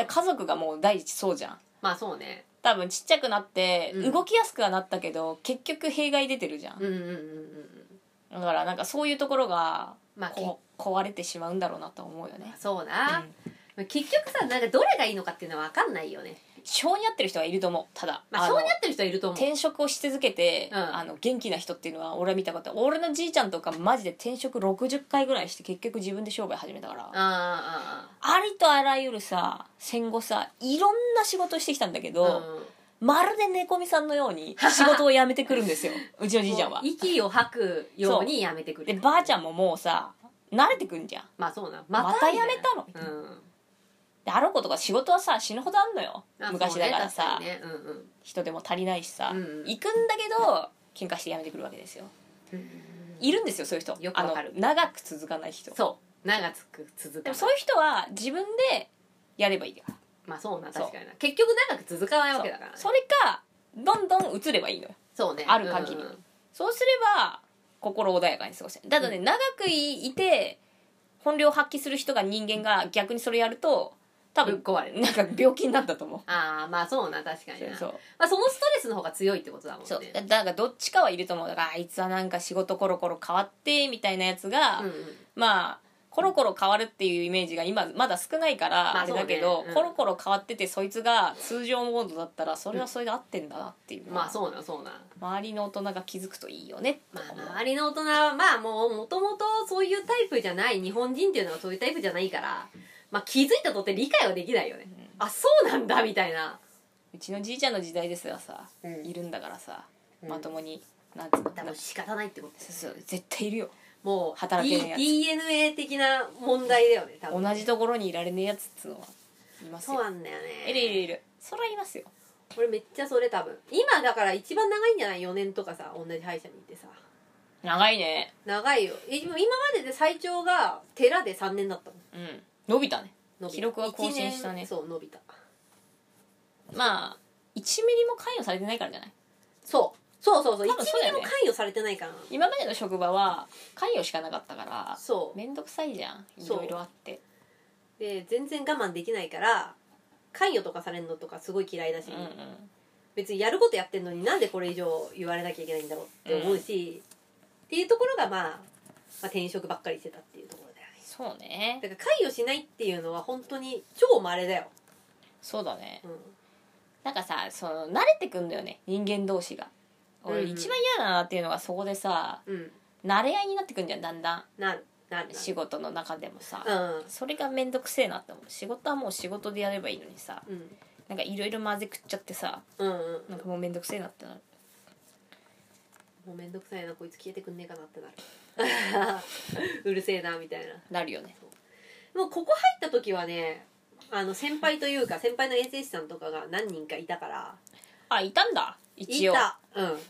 家族がもう第一そうじゃん。 まあそうね。 多分ちっちゃくなって動きやすくはなったけど、結局弊害出てるじゃん。だからなんかそういうところが、壊れてしまうんだろうなと思うよね。 そうな、結局さ、なんかどれがいいのかっていうのは分かんないよね。 性に合ってる人はいると思う。ただ、 性に合ってる人はいると思う。 転職をし続けて、元気な人っていうのは俺は見たこと。俺のじいちゃんとかマジで転職60回ぐらいして結局自分で商売始めたから、ありとあらゆるさ、戦後さ、いろんな仕事してきたんだけど、まるで猫みさんのように仕事を辞めてくるんですようちのじいちゃんは。 息を吐くように辞めてくる。 でばあちゃんももうさ慣れてくんじゃん。 まあそうな、 また辞めたのみたいな、であろうことか仕事はさ死ぬほどあんのよ、昔だからさ、人でも足りないしさ、行くんだけど喧嘩して辞めてくるわけですよ、いるんですよそういう人。 よくわかる。 長く続かない人。 そう長く続かない。 でもそういう人は自分でやればいいから。 まあそうな、確かにな。結局長く続かないわけだからね。 それかどんどん移ればいいのよ。 そうね、 ある限り、そうすれば心穏やかに過ごせる。ただね、長くいて本領発揮する人が人間が逆にそれやると多分壊れる。 なんか病気になったと思う。 ああまあそうな、確かにな。 そう、 まあ、そのストレスの方が強いってことだもんね。 そうだからどっちかはいると思う。だからあいつはなんか仕事コロコロ変わってみたいなやつが、まあコロコロ変わるっていうイメージが今まだ少ないからあれだけど、コロコロ変わっててそいつが通常モードだったらそれはそれで合ってんだなっていう、 まあそうなそうな。 周りの大人が気づくといいよね。 まあ周りの大人はまあもともとそういうタイプじゃない、日本人っていうのはそういうタイプじゃないから、まあ気づいたとって理解はできないよね、あそうなんだみたいな。 うちのじいちゃんの時代ですらさ、いるんだからさ、まともになんつうの、 多分仕方ないってこと。 そう絶対いるよ、 もう働けねえやつ。 DNA 的な問題だよね多分。 同じところにいられねえやつっつうのはいますよ。 そうなんだよね。 いるそらいますよ。 俺めっちゃそれ多分今だから一番長いんじゃない？ 4 年とかさ同じ歯医者に行ってさ。 長いね。 長いよ。今までで最長が寺で3年だったもん。 伸びたね。記録は更新したね。 そう伸びた。 まあ1ミリも関与されてないからじゃない？ そう1ミリも関与されてないから。 今までの職場は関与しかなかったから、 そうめんどくさいじゃん、いろいろあって。 で全然我慢できないから関与とかされるのとかすごい嫌いだし、別にやることやってんのになんでこれ以上言われなきゃいけないんだろうって思うし、っていうところがまあ転職ばっかりしてたっていうところだよね。 そうね。 だから関与しないっていうのは本当に超稀だよ。 そうだね、なんかさ、慣れてくんだよね人間同士が。俺一番嫌だなっていうのがそこでさ、慣れ合いになってくんじゃん、だんだん仕事の中でもさ、それがめんどくせえなって思う。仕事はもう仕事でやればいいのにさ、なんかいろいろ混ぜ食っちゃってさ、なんかもうめんどくせえなってなる。 もうめんどくさいな、こいつ消えてくんねえかなってなるうるせえなみたいなるよね。 もうここ入った時はね、先輩というか先輩の衛生士さんとかが何人かいたから。 あ、いたんだ一応。 いた。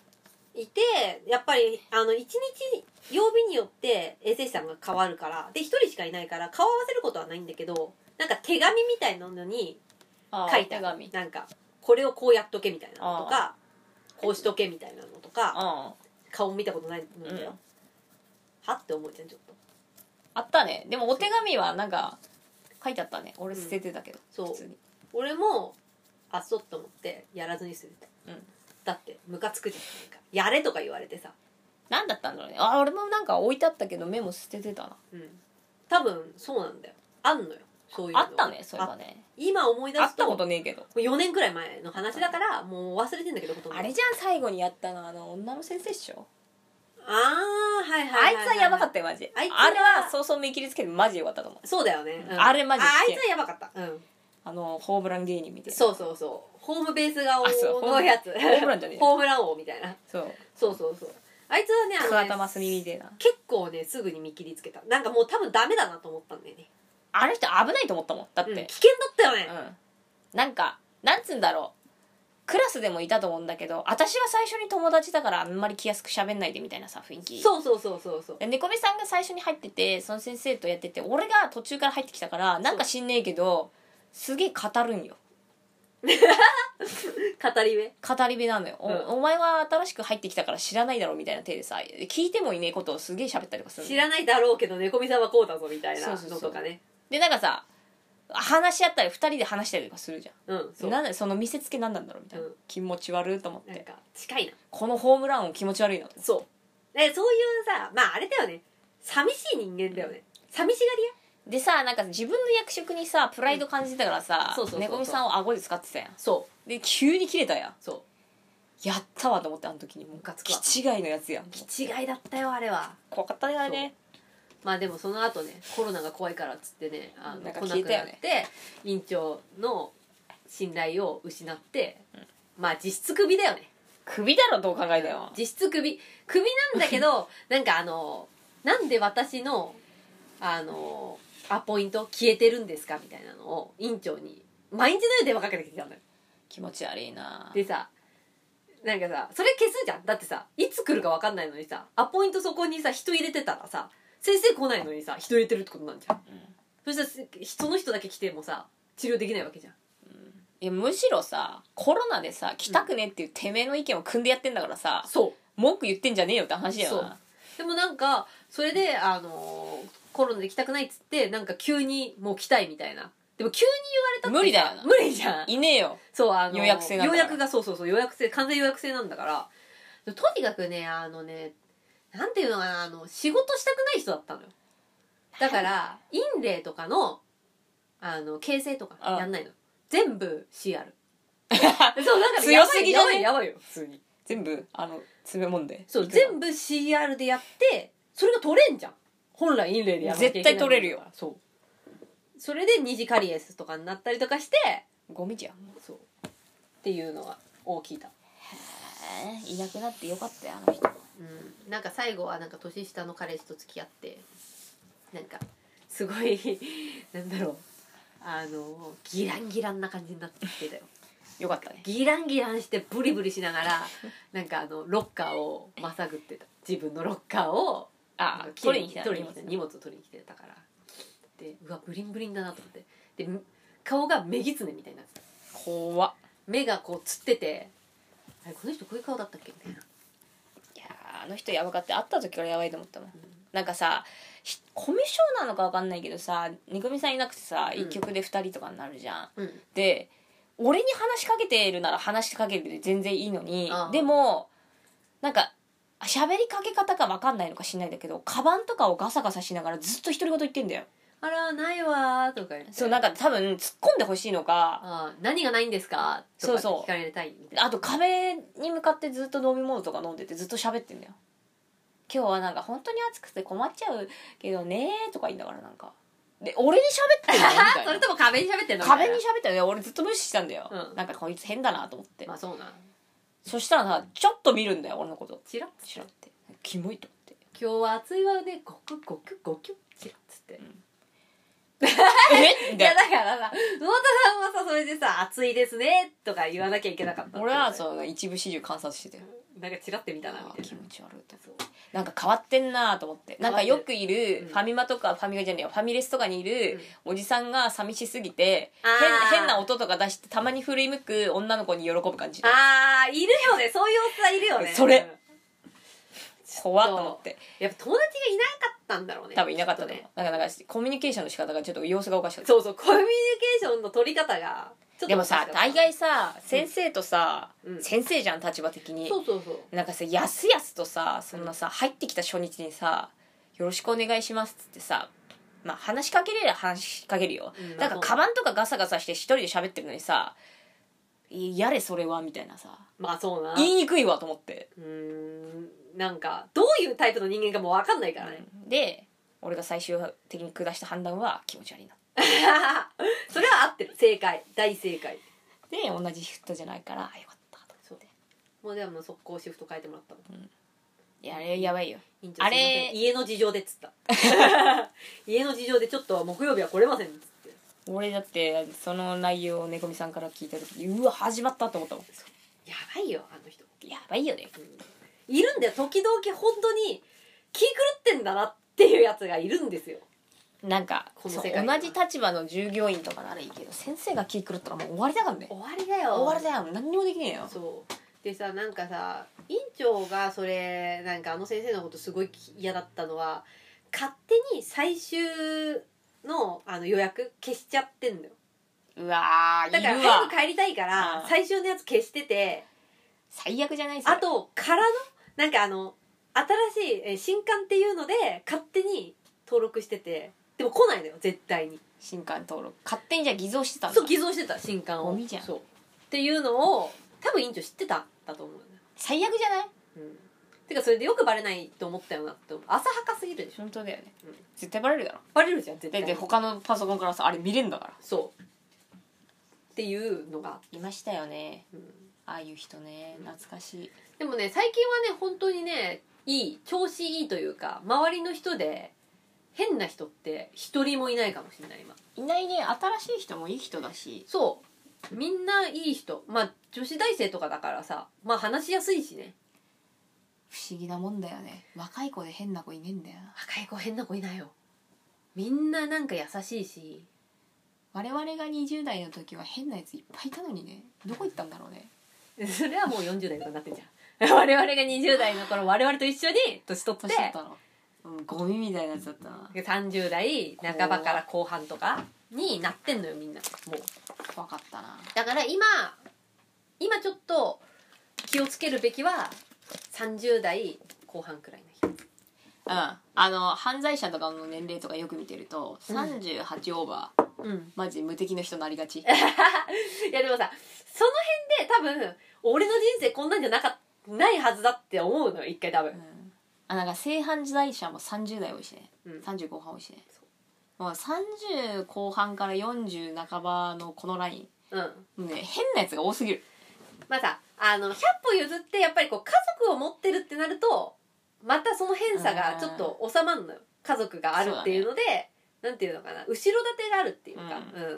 いて、やっぱり一日曜日によって衛生士さんが変わるから、で一人しかいないから顔合わせることはないんだけど、なんか手紙みたいなのに書いてある、なんかこれをこうやっとけみたいなのとか、こうしとけみたいなのとか、顔見たことないのだよ、はって思うじゃん。ちょっとあったね。でもお手紙はなんか書いてあったね。俺捨ててたけど、 そう普通に。 俺もあっそっと思ってやらずに捨ててた、 うんだってムカつくじゃん。なんかやれとか言われてさ、 何だったんだろうね。俺もなんか置いてあったけどメモ捨ててたな。 多分そうなんだよ。あんのよ、そういうの。 あったね、そういえばね。 今思い出すとあったことねえけど。 4年くらい前の話だからもう忘れてんだけど、ほとんど。 あれじゃん、最後にやったの女の先生っしょ。 ああ、はいはいはい、はい、 あいつはやばかったよマジで。あれは早々見切りつけてマジでよかったと思う。 そうだよね、 あれマジであいつはやばかった。 ホームラン芸人みたいな。 そうそうそう、ホームベース顔のやつ、 ホームランじゃねえホームラン王みたいな。 そうそうそうそう、あいつはね桑田真澄みたいな。 結構ねすぐに見切りつけた。なんかもう多分ダメだなと思ったんだよね。 あの人危ないと思ったもんだって、 危険だったよね。 なんかなんつうんだろう、クラスでもいたと思うんだけど、私が最初に友達だからあんまり気安く喋んないでみたいなさ雰囲気。 そうそうそうそうそう。 猫目さんが最初に入っててその先生とやってて、俺が途中から入ってきたからなんか知んねえけどすげえ語るんよ。 語り部語り部なのよ、お前は新しく入ってきたから知らないだろみたいな手でさ、聞いてもいねえことをすげえ喋ったりとかするの。 知らないだろうけど猫みさんはこうだぞみたいなのとかね。 でなんかさ話し合ったり2人で話したりとかするじゃん。 そうなんでその見せつけなんなんだろうみたいな、気持ち悪いと思って。 なんか近いなこのホームランを気持ち悪いなと思って。 そうそういうさ、まああれだよね、寂しい人間だよね、寂しがり屋でさ、なんか自分の役職にさプライド感じてたからさ、 そう猫みさんを顎で使ってたやん。 そうで急に切れたやん。 そうやったわと思って、あの時にもう気違いのやつやん。 気違いだったよあれは。 怖かったねあれね。 まあでもその後ね、コロナが怖いからっつってね、 なんか来なく消えたよねなって院長の信頼を失って、まあ実質クビだよね。 クビだろどう考えても。 実質クビなんだけどなんかなんで私のアポイント消えてるんですかみたいなのを院長に毎日のように電話かけてきてたんだよ。 気持ち悪いな。 でさ、なんかさ、それ消すじゃん。だってさ、いつ来るか分かんないのにさ、アポイントそこにさ人入れてたらさ、先生来ないのにさ人入れてるってことなんじゃん、そしたらその人だけ来てもさ治療できないわけじゃん。 いやむしろさ、コロナでさ来たくねっていうてめえの意見を組んでやってんだからさ、文句言ってんじゃねえよって話だよな。 でもなんかそれでコロナで来たくないっつってなんか急にもう来たいみたいな。でも急に言われたって無理だよな。 無理じゃん。 いねえよ。 そう予約制なんだから。 予約がそう予約制、完全予約制なんだから。とにかくねなんていうのかな、仕事したくない人だったのよ。だからインレイとかの形成とかやんないの。全部 CR。そうだから強すぎじゃね？ やばいよ普通に。 全部詰め物で。 そう全部 CR でやってそれが取れんじゃん。本来インレイでやらなきゃいけない。 絶対取れるよ。 そう。それで二次カリエスとかになったりとかしてゴミじゃん。 そうっていうのを聞いた。 へえ、いなくなってよかったよあの人。 なんか最後はなんか年下の彼氏と付き合ってなんかすごいなんだろうギランギランな感じになってたよ。 よかったね。 ギランギランしてブリブリしながらなんかロッカーをまさぐってた。自分のロッカーを取りに来た荷物を取りに来てたから。でうわブリンブリンだなと思って、で顔がメギツネみたいになってた。 怖っ。 目がこうつってて、あれこの人こういう顔だったっけみたいな。 いやあの人やばかって、会った時からやばいと思ったもん、なんかさコミュ障なのか分かんないけどさ、ニコミさんいなくてさ1曲で2人とかになるじゃん、で俺に話しかけてるなら話しかけて全然いいのに、でもなんか喋りかけ方が分かんないのかしんないんだけど、カバンとかをガサガサしながらずっと独り言言ってんだよ。 あらないわーとか言って、 そうなんか多分突っ込んでほしいのか、 何がないんですかとかって聞かれたいみたいな。 あと壁に向かってずっと飲み物とか飲んでてずっと喋ってんだよ。今日はなんか本当に暑くて困っちゃうけどねーとか言いながらなんかで俺に喋ってんのみたいなそれとも壁に喋ってんの？ 壁に喋ってんのよ。俺ずっと無視したんだよ、なんかこいつ変だなと思って。 まあそうな。 そしたらさちょっと見るんだよ俺のこと、 チラッチラってキモいと思って、 今日は暑いわねゴクゴクゴキュチラッつって、 えいやだからさ、魚田さんはさ、それでさ、暑いですねとか言わなきゃいけなかった。 俺はそう一部始終観察してて、 なんかチラって見たなみたいな。 気持ち悪いと。なんか変わってんなと思って、なんかよくいるファミマとかファミマじゃねえよ、ファミレスとかにいるおじさんが寂しすぎて、変な音とか出してたまに振り向く女の子に喜ぶ感じ。 あー、いるよね、そういうおっさんいるよね。 それ怖っと思って。 やっぱ友達がいなかったんだろうね。 多分いなかったね。なんかコミュニケーションの仕方がちょっと様子がおかしかった。 そうそう、コミュニケーションの取り方がちょっとでもさ、大概さ、先生とさ、先生じゃん、立場的に。 そうそうそう。 なんかさ、やすやすとさ、そんなさ、入ってきた初日にさ、よろしくお願いしますっつってさ、まあ話しかけれりゃ話しかけるよ。なんかカバンとかガサガサして一人で喋ってるのにさ、やれそれはみたいなさ、 まあそうな、 言いにくいわと思って。 なんかどういうタイプの人間かも分かんないからね。 で、俺が最終的に下した判断は気持ち悪いな。 それは合ってる、正解、大正解で、同じシフトじゃないからよかったと思って。 もうでも速攻シフト変えてもらったもん。 いや、あれやばいよ。 あれ家の事情でっつった家の事情でちょっと木曜日は来れませんっつって。 俺だってその内容を猫みさんから聞いた時に、うわ始まったと思ったもん。 やばいよあの人、 やばいよね、 いるんだよ、時々本当に気狂ってんだなっていうやつがいるんですよ。 なんか同じ立場の従業員とかならいいけど、先生が気狂ったらもう終わりだからね。 終わりだよ、 終わりだよ、何にもできねえよ。 そうでさ、なんかさ、院長がそれなんか先生のことすごい嫌だったのは、勝手に最終の予約消しちゃってんだよ。 うわー、 だから早く帰りたいから最終のやつ消してて、 最悪じゃないですか。 あとからのなんか新しい新刊っていうので勝手に登録してて、でも来ないのよ絶対に。 新刊登録勝手にじゃあ偽造してたんだ。 そう、偽造してた新刊を。 ゴミじゃん。 そうっていうのを多分院長知ってたんだと思うね。 最悪じゃない？ てかそれでよくバレないと思ったよなって思う。浅はかすぎるでしょ。 本当だよね、絶対バレるだろ。 バレるじゃん絶対。 で他のパソコンからさあれ見れんだから。 そうっていうのがいましたよね、ああいう人ね。懐かしい。 でもね最近はね本当にね調子いいというか、周りの人で変な人って一人もいないかもしれない今。 いないね。新しい人もいい人だし。 そうみんないい人。まあ女子大生とかだからさ、まあ話しやすいしね。 不思議なもんだよね。若い子で変な子いねえんだよな。 若い子変な子いないよ。みんななんか優しいし。 我々が20代の時は変なやついっぱいいたのにね。どこ行ったんだろうね。 それはもう40代とかになってんじゃん我々が20代の頃我々と一緒に年取って年取ったの、ゴミみたいなやつだったな。 30代半ばから後半とかになってんのよみんな。もう分かったな。 だから今ちょっと気をつけるべきは30代後半くらいの人。 犯罪者とかの年齢とかよく見てると、38オーバー、マジ無敵の人なりがちいやでもさ、その辺で多分俺の人生こんなんじゃないはずだって思うのよ一回多分、 なんか性犯罪者も30代多いしね、30後半多いしね。もう30後半から40半ばのこのライン、ね、変なやつが多すぎる。 まあさ、100歩譲ってやっぱりこう家族を持ってるってなるとまたその偏差がちょっと収まるのよ。家族があるっていうので、なんていうのかな、後ろ盾があるっていうか、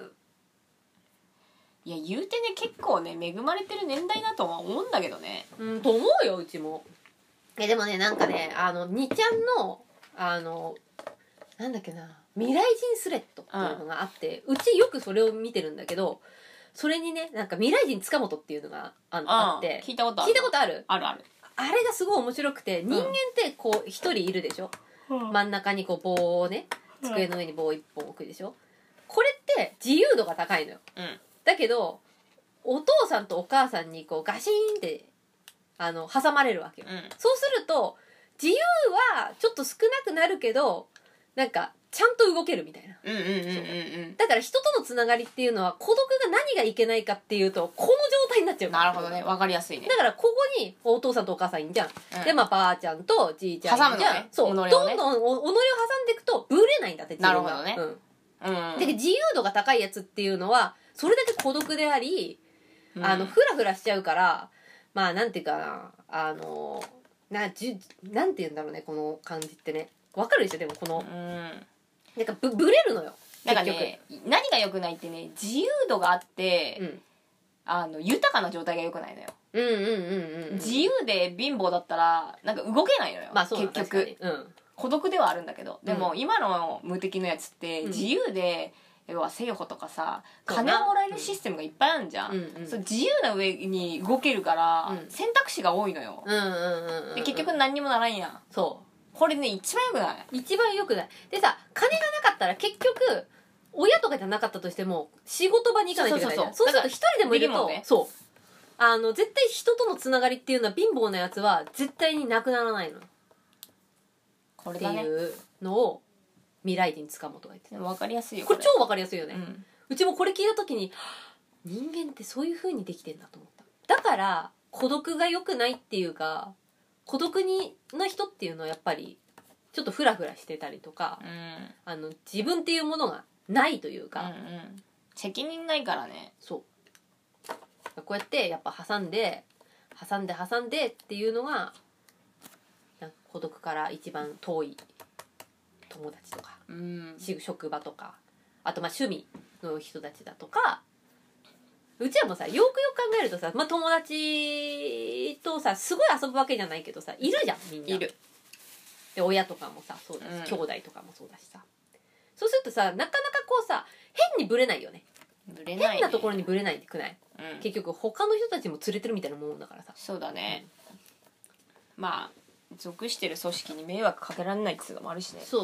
いや言うてね、結構ね恵まれてる年代だとは思うんだけどね。 と思うようちも。でもね、なんかね2ちゃんのなんだっけな、未来人スレッドっていうのがあって、うちよくそれを見てるんだけど、それにねなんか未来人塚本っていうのがあって、 聞いたことある。 聞いたことある？ あるある。 あれがすごい面白くて、人間ってこう一人いるでしょ、真ん中にこう棒をね、机の上に棒一本置くでしょ。これって自由度が高いのよ、だけどお父さんとお母さんにこうガシーンって挟まれるわけよ、そうすると自由はちょっと少なくなるけど、なんかちゃんと動けるみたいな。だから人とのつながりっていうのは、孤独が何がいけないかっていうとこの状態になっちゃう。 なるほどね、わかりやすいね。 だからここにお父さんとお母さんいんじゃん、でまあばあちゃんとじいちゃんいんじゃん、 ね、 そう、どんどん己を挟んでいくとブレないんだって自分が。 なるほどね、 で自由度が高いやつっていうのはそれだけ孤独であり、フラフラしちゃうから、まあなんていうかな、なんて言うんだろうね、この感じってね。わかるでしょでもこの、なんかブレるのよ。 なんかね何が良くないってね、自由度があって、豊かな状態が良くないのよ。自由で貧乏だったらなんか動けないのよ、 まあ、そう結局、孤独ではあるんだけど、でも今の無敵のやつって自由で、要はセヨホとかさ、金をもらえるシステムがいっぱいあるじゃん、そう自由な上に動けるから、選択肢が多いのよ、で結局何にもならんやん。 そうこれね一番良くない。 一番良くない。でさ、金がなかったら結局親とかじゃなかったとしても仕事場に行かないといけないじゃん。そうすると一人でもいると、ね、そう絶対人とのつながりっていうのは貧乏なやつは絶対になくならないの。 これだね。 っていうのを未来人塚本が言ってた。 分かりやすいよ。 これ超分かりやすいよね、うちもこれ聞いた時に人間ってそういう風にできてんだと思った。だから孤独が良くないっていうか、孤独な人っていうのはやっぱりちょっとフラフラしてたりとか、自分っていうものがないというか、 責任ないからね。 そうこうやってやっぱ挟んでっていうのが孤独から一番遠い友達とか、職場とか、あとまあ趣味の人たちだとか、うちらもさ、よくよく考えるとさ、まあ、友達とさすごい遊ぶわけじゃないけどさ、いるじゃんみんな。 いる。 で親とかもさそうだし、兄弟とかもそうだしさ、そうするとさ、なかなかこうさ変にブレないよね。 ブレないね。 変なところにブレないくない、結局他の人たちも連れてるみたいなもんだからさ。 そうだね、まあ属してる組織に迷惑かけられないっていうのもあるしね。 そう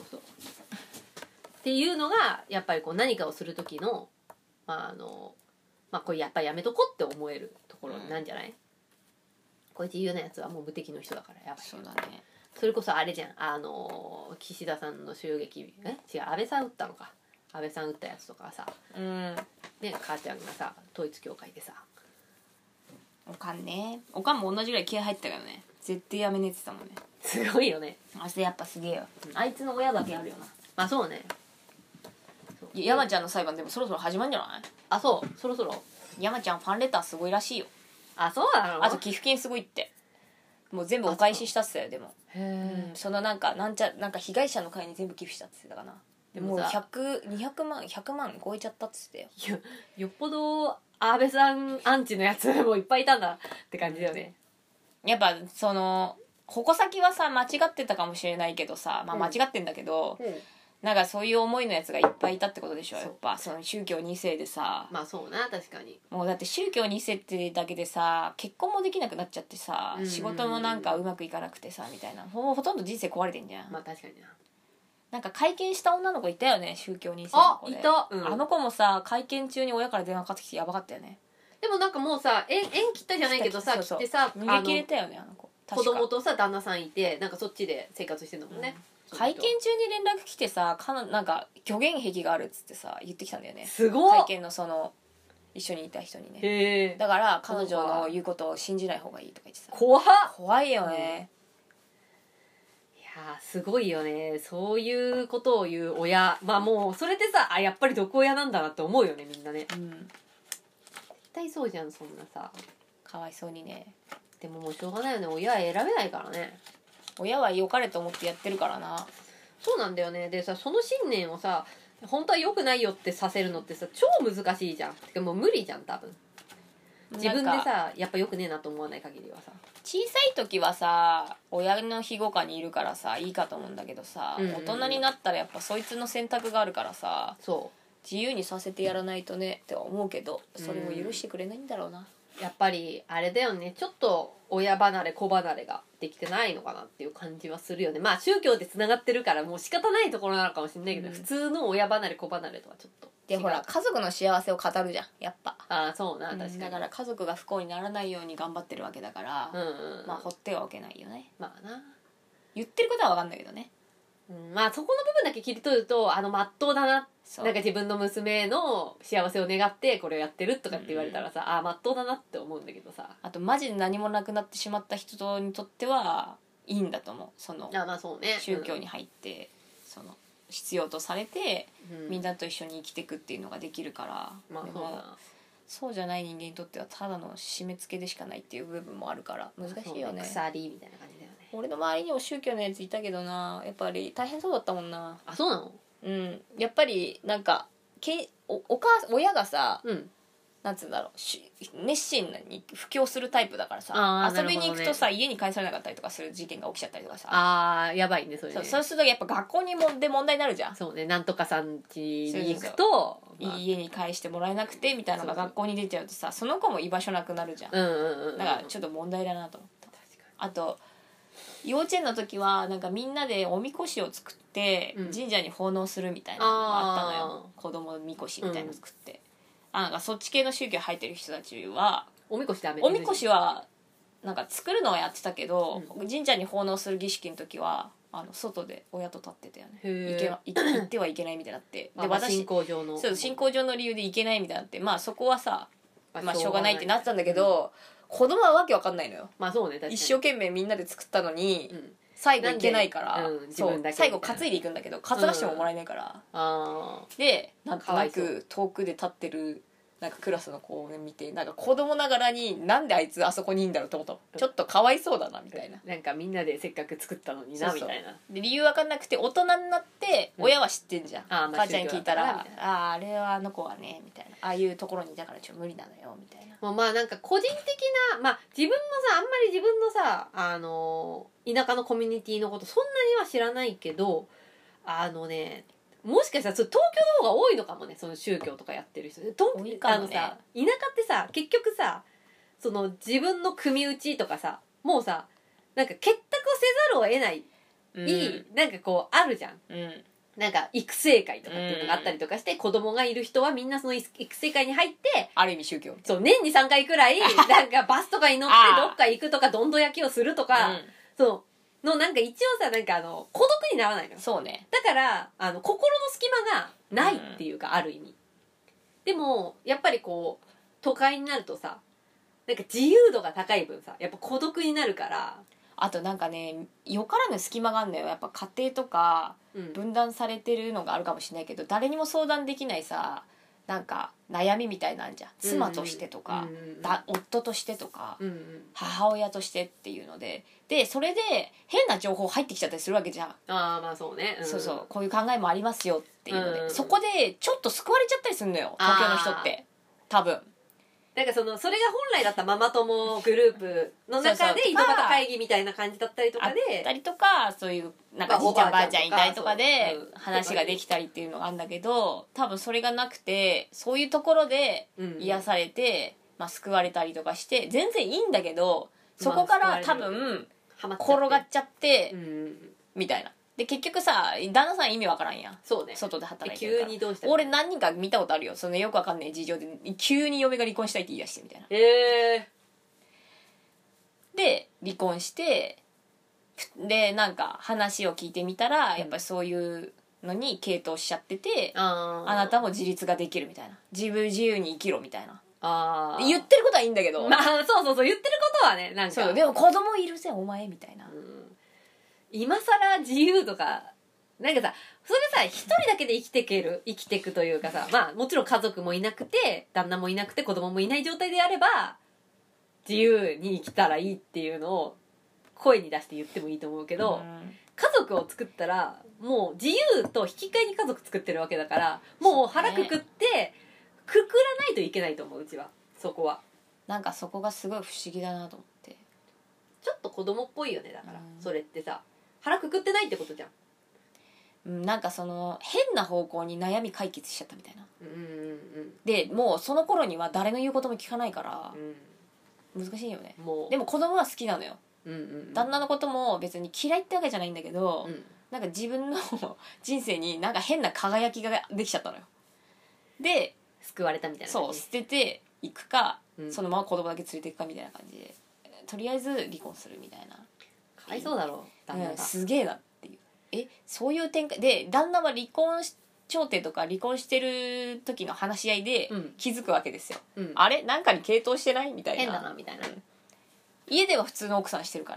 っていうのがやっぱりこう何かをする時のこれやっぱりやめとこって思えるところなんじゃない、これ自由なやつはもう無敵の人だからやばい。 そうだね。 それこそあれじゃん、岸田さんの襲撃、違う安倍さん撃ったのか、安倍さん撃ったやつとかさ、ね、母ちゃんがさ統一教会でさ、 おかんも同じぐらい気合入ったからね、絶対やめねって言ってたもんね。 すごいよね。 あれやっぱすげえよ、あいつの親だけあるよな。 まあそうね。 山ちゃんの裁判でもそろそろ始まるんじゃない？ あ、そうそろそろ山ちゃんファンレターすごいらしいよ。 あ、そうなの？ あと寄付金すごいって、もう全部お返ししたって言ってたよ。でもそのなんか被害者の会に全部寄付したって言ってたかな。でもう200万100万超えちゃったっつってよ。 よっぽど安倍さんアンチのやつもいっぱいいたんだって感じだよね。 やっぱその矛先はさ間違ってたかもしれないけどさ、まあ、間違ってんだけど、なんかそういう思いのやつがいっぱいいたってことでしょ。やっぱその宗教2世でさ、 まあそうな、確かに。 もうだって宗教2世ってだけでさ結婚もできなくなっちゃってさ、仕事もなんかうまくいかなくてさみたいな、ほとんど人生壊れてんじゃん。 まあ確かにな。 なんか会見した女の子いたよね、宗教2世の子で。 いた、 あの子もさ会見中に親から電話かかってきてやばかったよね。 でもなんかもうさ縁切ったじゃないけどさ、切ってさ逃げ切れたよね、あの子。 子供とさ旦那さんいて、なんかそっちで生活してんだもんね、 会見中に連絡来てさ、なんか虚言癖があるっつってさ言ってきたんだよね。 すごい。 会見のその一緒にいた人にね。 へー。 だから彼女の言うことを信じない方がいいとか言ってさ。怖いよね、 いやすごいよね、そういうことを言う親。まあもうそれでさ、やっぱり毒親なんだなって思うよね、みんなね。絶対そうじゃん、そんなさ。 かわいそうにね。 でももうしょうがないよね、親は選べないからね。 親は良かれと思ってやってるからな。 そうなんだよね。でさ、その信念をさ本当は良くないよってさせるのってさ超難しいじゃん。てかもう無理じゃん多分。自分でさやっぱ良くねえなと思わない限りはさ。 小さい時はさ親の庇護下にいるからさいいかと思うんだけどさ、大人になったらやっぱそいつの選択があるからさ、自由にさせてやらないとねって思うけど、それも許してくれないんだろうな。 やっぱりあれだよね、ちょっと親離れ子離れができてないのかなっていう感じはするよね。まあ宗教でつながってるからもう仕方ないところなのかもしれないけど、普通の親離れ子離れとはちょっとでほら家族の幸せを語るじゃんやっぱ。 ああそうな、確かに。 だから家族が不幸にならないように頑張ってるわけだから、まあ放ってはおけないよね。 まあな、 言ってることは分かんないけどね。 まあそこの部分だけ切り取るとまっとうだな、なんか自分の娘の幸せを願ってこれをやってるとかって言われたらさ、まっとうだなって思うんだけどさ。あとマジで何もなくなってしまった人にとってはいいんだと思う。そのまあそうね、 宗教に入って、その必要とされて、みんなと一緒に生きていくっていうのができるから、 まあでもそうじゃない人間にとってはただの締め付けでしかないっていう部分もあるから難しいよね。 鎖みたいな感じだよね。 俺の周りにも宗教のやついたけどな、やっぱり大変そうだったもんな。 あ、そうなの？ やっぱりなんか親がさ、なんつうんだろう、熱心に布教するタイプだからさ、遊びに行くとさ、家に帰されなかったりとかする事件が起きちゃったりとかさ、 やばいねそれね。 そうするとやっぱ学校で問題になるじゃん。 そうね、なんとかさん家に行くと家に返してもらえなくてみたいなのが学校に出ちゃうとさ、その子も居場所なくなるじゃん。だからちょっと問題だなと思った。あと幼稚園の時はなんかみんなでおみこしを作って神社に奉納するみたいなのがあったのよ、子供みこしみたいなの作って、なんかそっち系の宗教入ってる人たちはおみこしはなんか作るのはやってたけど、神社に奉納する儀式の時は外で親と立ってたよね。行ってはいけないみたいになってで私信仰上の理由で行けないみたいになって、まあそこはさ、しょうがないってなってたんだけど、子供はわけわかんないのよ。 そうね、確かに一生懸命みんなで作ったのに、最後行けないから、最後担いでいくんだけど担がしてももらえないから、でなんとなく遠くで立ってるなんかクラスの子を見て、なんか子供ながらになんであいつあそこにいんだろうと思った。ちょっとかわいそうだなみたいな。 なんかみんなでせっかく作ったのになみたいな。 で理由わかんなくて大人になって親は知ってんじゃん。母ちゃんに聞いたらあれはあの子はねみたいな、ああいうところにいたからちょっと無理なのよみたいな。 もうなんか個人的な自分もさあんまり自分のさ田舎のコミュニティのことそんなには知らないけどもしかしたら東京の方が多いのかもね、その宗教とかやってる人で。 多いかもね。 田舎ってさ結局さその自分の組打ちとかさもうさなんか結託をせざるを得ない、なんかこうあるじゃん、なんか育成会とかっていうのがあったりとかして、子供がいる人はみんなその育成会に入ってある意味宗教そう年に3回くらいなんかバスとかに乗ってどっか行くとかどんど焼きをするとか、そうのなんか一応さなんか孤独にならないのよ。 そうね。 だから心の隙間がないっていうか、ある意味。でもやっぱりこう都会になるとさなんか自由度が高い分さやっぱ孤独になるから。 あとなんかねよからぬ隙間があるんだよ。やっぱ家庭とか分断されてるのがあるかもしれないけど、誰にも相談できないさなんか悩みみたいなんじゃん。妻としてとか、夫としてとか、母親としてっていうのでそれで変な情報入ってきちゃったりするわけじゃん。 そうね、 そうこういう考えもありますよっていうので、そこでちょっと救われちゃったりするのよ東京の人って多分。 なんかそれが本来だったママ友グループの中で井戸端会議みたいな感じだったりとかであったりとか、そういうなんかじいちゃんばあちゃんいたりとかで話ができたりっていうのがあるんだけど、多分それがなくてそういうところで癒されて、救われたりとかして全然いいんだけど、そこから多分転がっちゃってみたいな。で結局さ旦那さん意味わからんやん。 そうね、 外で働いてるから。 急にどうした俺何人か見たことあるよ、そのよくわかんない事情で急に嫁が離婚したいって言い出してみたいな。で離婚してでなんか話を聞いてみたら、やっぱりそういうのに傾倒しちゃってて、あなたも自立ができるみたいな、自由に生きろみたいな。言ってることはいいんだけど、 そう言ってることはねなんかそうでも子供いるぜお前みたいな、 今更自由とかなんかさそれさ一人だけで生きていくというかさ、もちろん家族もいなくて旦那もいなくて子供もいない状態であれば自由に生きたらいいっていうのを声に出して言ってもいいと思うけど、家族を作ったらもう自由と引き換えに家族作ってるわけだから、もう腹くくってくくらないといけないと思う。うちはそこはなんかそこがすごい不思議だなと思って、 ちょっと子供っぽいよね。だからそれってさ腹くくってないってことじゃん。 なんかその変な方向に悩み解決しちゃったみたいな、でもうその頃には誰の言うことも聞かないから、難しいよね。でも子供は好きなのよ、旦那のことも別に嫌いってわけじゃないんだけど、なんか自分の人生になんか変な輝きができちゃったのよ。で救われたみたいな感じ。 そう捨てていくか、そのまま子供だけ連れていくかみたいな感じで、とりあえず離婚するみたいな。 かわいそうだろ旦那が、 すげえなっていう。そういう展開で旦那は離婚調停とか離婚してる時の話し合いで気づくわけですよ、あれなんかに傾倒してないみたいな、 変だなみたいな、 家では普通の奥さんしてるから、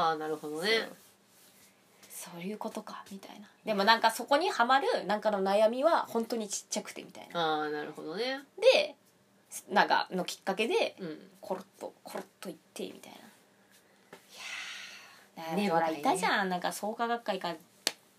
なるほどね、 そういうことかみたいな。でもなんかそこにはまるなんかの悩みは本当にちっちゃくてみたいな。 なるほどね。 でなんかのきっかけでコロッといってみたいな。いやね、ほらいたじゃん、なんか創価学会か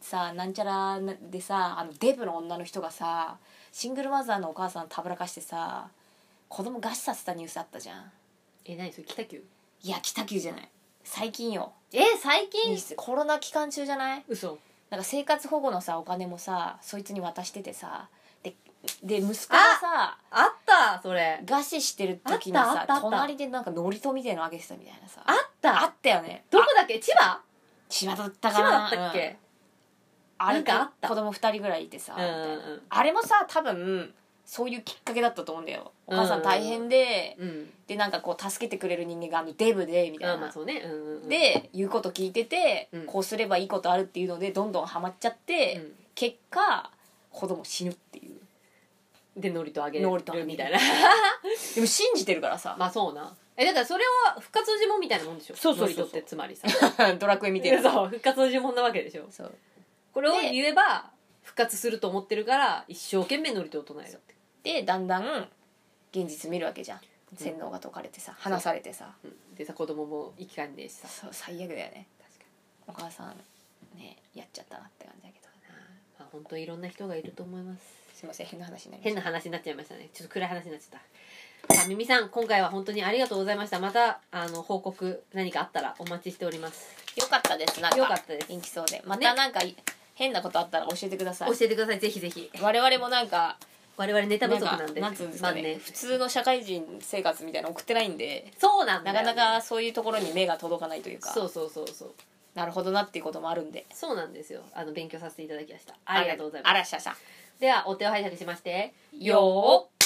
さなんちゃらでさデブの女の人がさシングルマザーのお母さんたぶらかしてさ子供餓死させたニュースあったじゃん。 何それ、北九？ いや北九じゃない、最近よ。 最近？ コロナ期間中じゃない？ 嘘。 なんか生活保護のさお金もさそいつに渡しててさ、で息子がさあったそれ。 餓死してる時にさあった隣でなんか祝詞みたいのあげてたみたいなさあったよね。 どこだっけ？千葉？ 千葉だった千葉かな。 だったっけ？ あれなんかあった子供2人ぐらいいてさ、 うんうんうんあれもさ多分そういうきっかけだったと思うんだよ。お母さん大変で、 うんでなんかこう助けてくれる人間がデブでみたいな、 まあそうね、 で言うこと聞いてて、 うんこうすればいいことあるっていうのでどんどんハマっちゃって、結果子供死ぬっていう。 でノリとあげるみたいなでも信じてるからさまあそうな。だからそれは復活呪文みたいなもんでしょ。 そうノリとってつまりさドラクエ見てる。 そう復活呪文なわけでしょ。 そうこれを言えば復活すると思ってるから一生懸命ノリとを唱えるって。 でだんだん現実見るわけじゃん。洗脳が解かれてさ話されてさ、 でさ子供も生き返んねえしさ。 そう最悪だよね。 確かお母さんねやっちゃったなって感じだけど。 まあ本当にいろんな人がいると思います。 すいません変な話になりました。 変な話になっちゃいましたね。ちょっと暗い話になっちゃった。ミミさん今回は本当にありがとうございました。また報告何かあったらお待ちしております。 よかったです。なんかよかったです。 元気そうでまたなんか、変なことあったら教えてください。 教えてくださいぜひぜひ。 我々もなんか我々ネタ不足なんで。 なんつうんですかね、 まあね普通の社会人生活みたいなの送ってないんで、 そうなんだよね、 なかなかそういうところに目が届かないというか、 そうなるほどなっていうこともあるんで、 そうなんですよ。勉強させていただきました。ありがとうございます。 あらしゃしゃ。 ではお手を拝借しましてよー。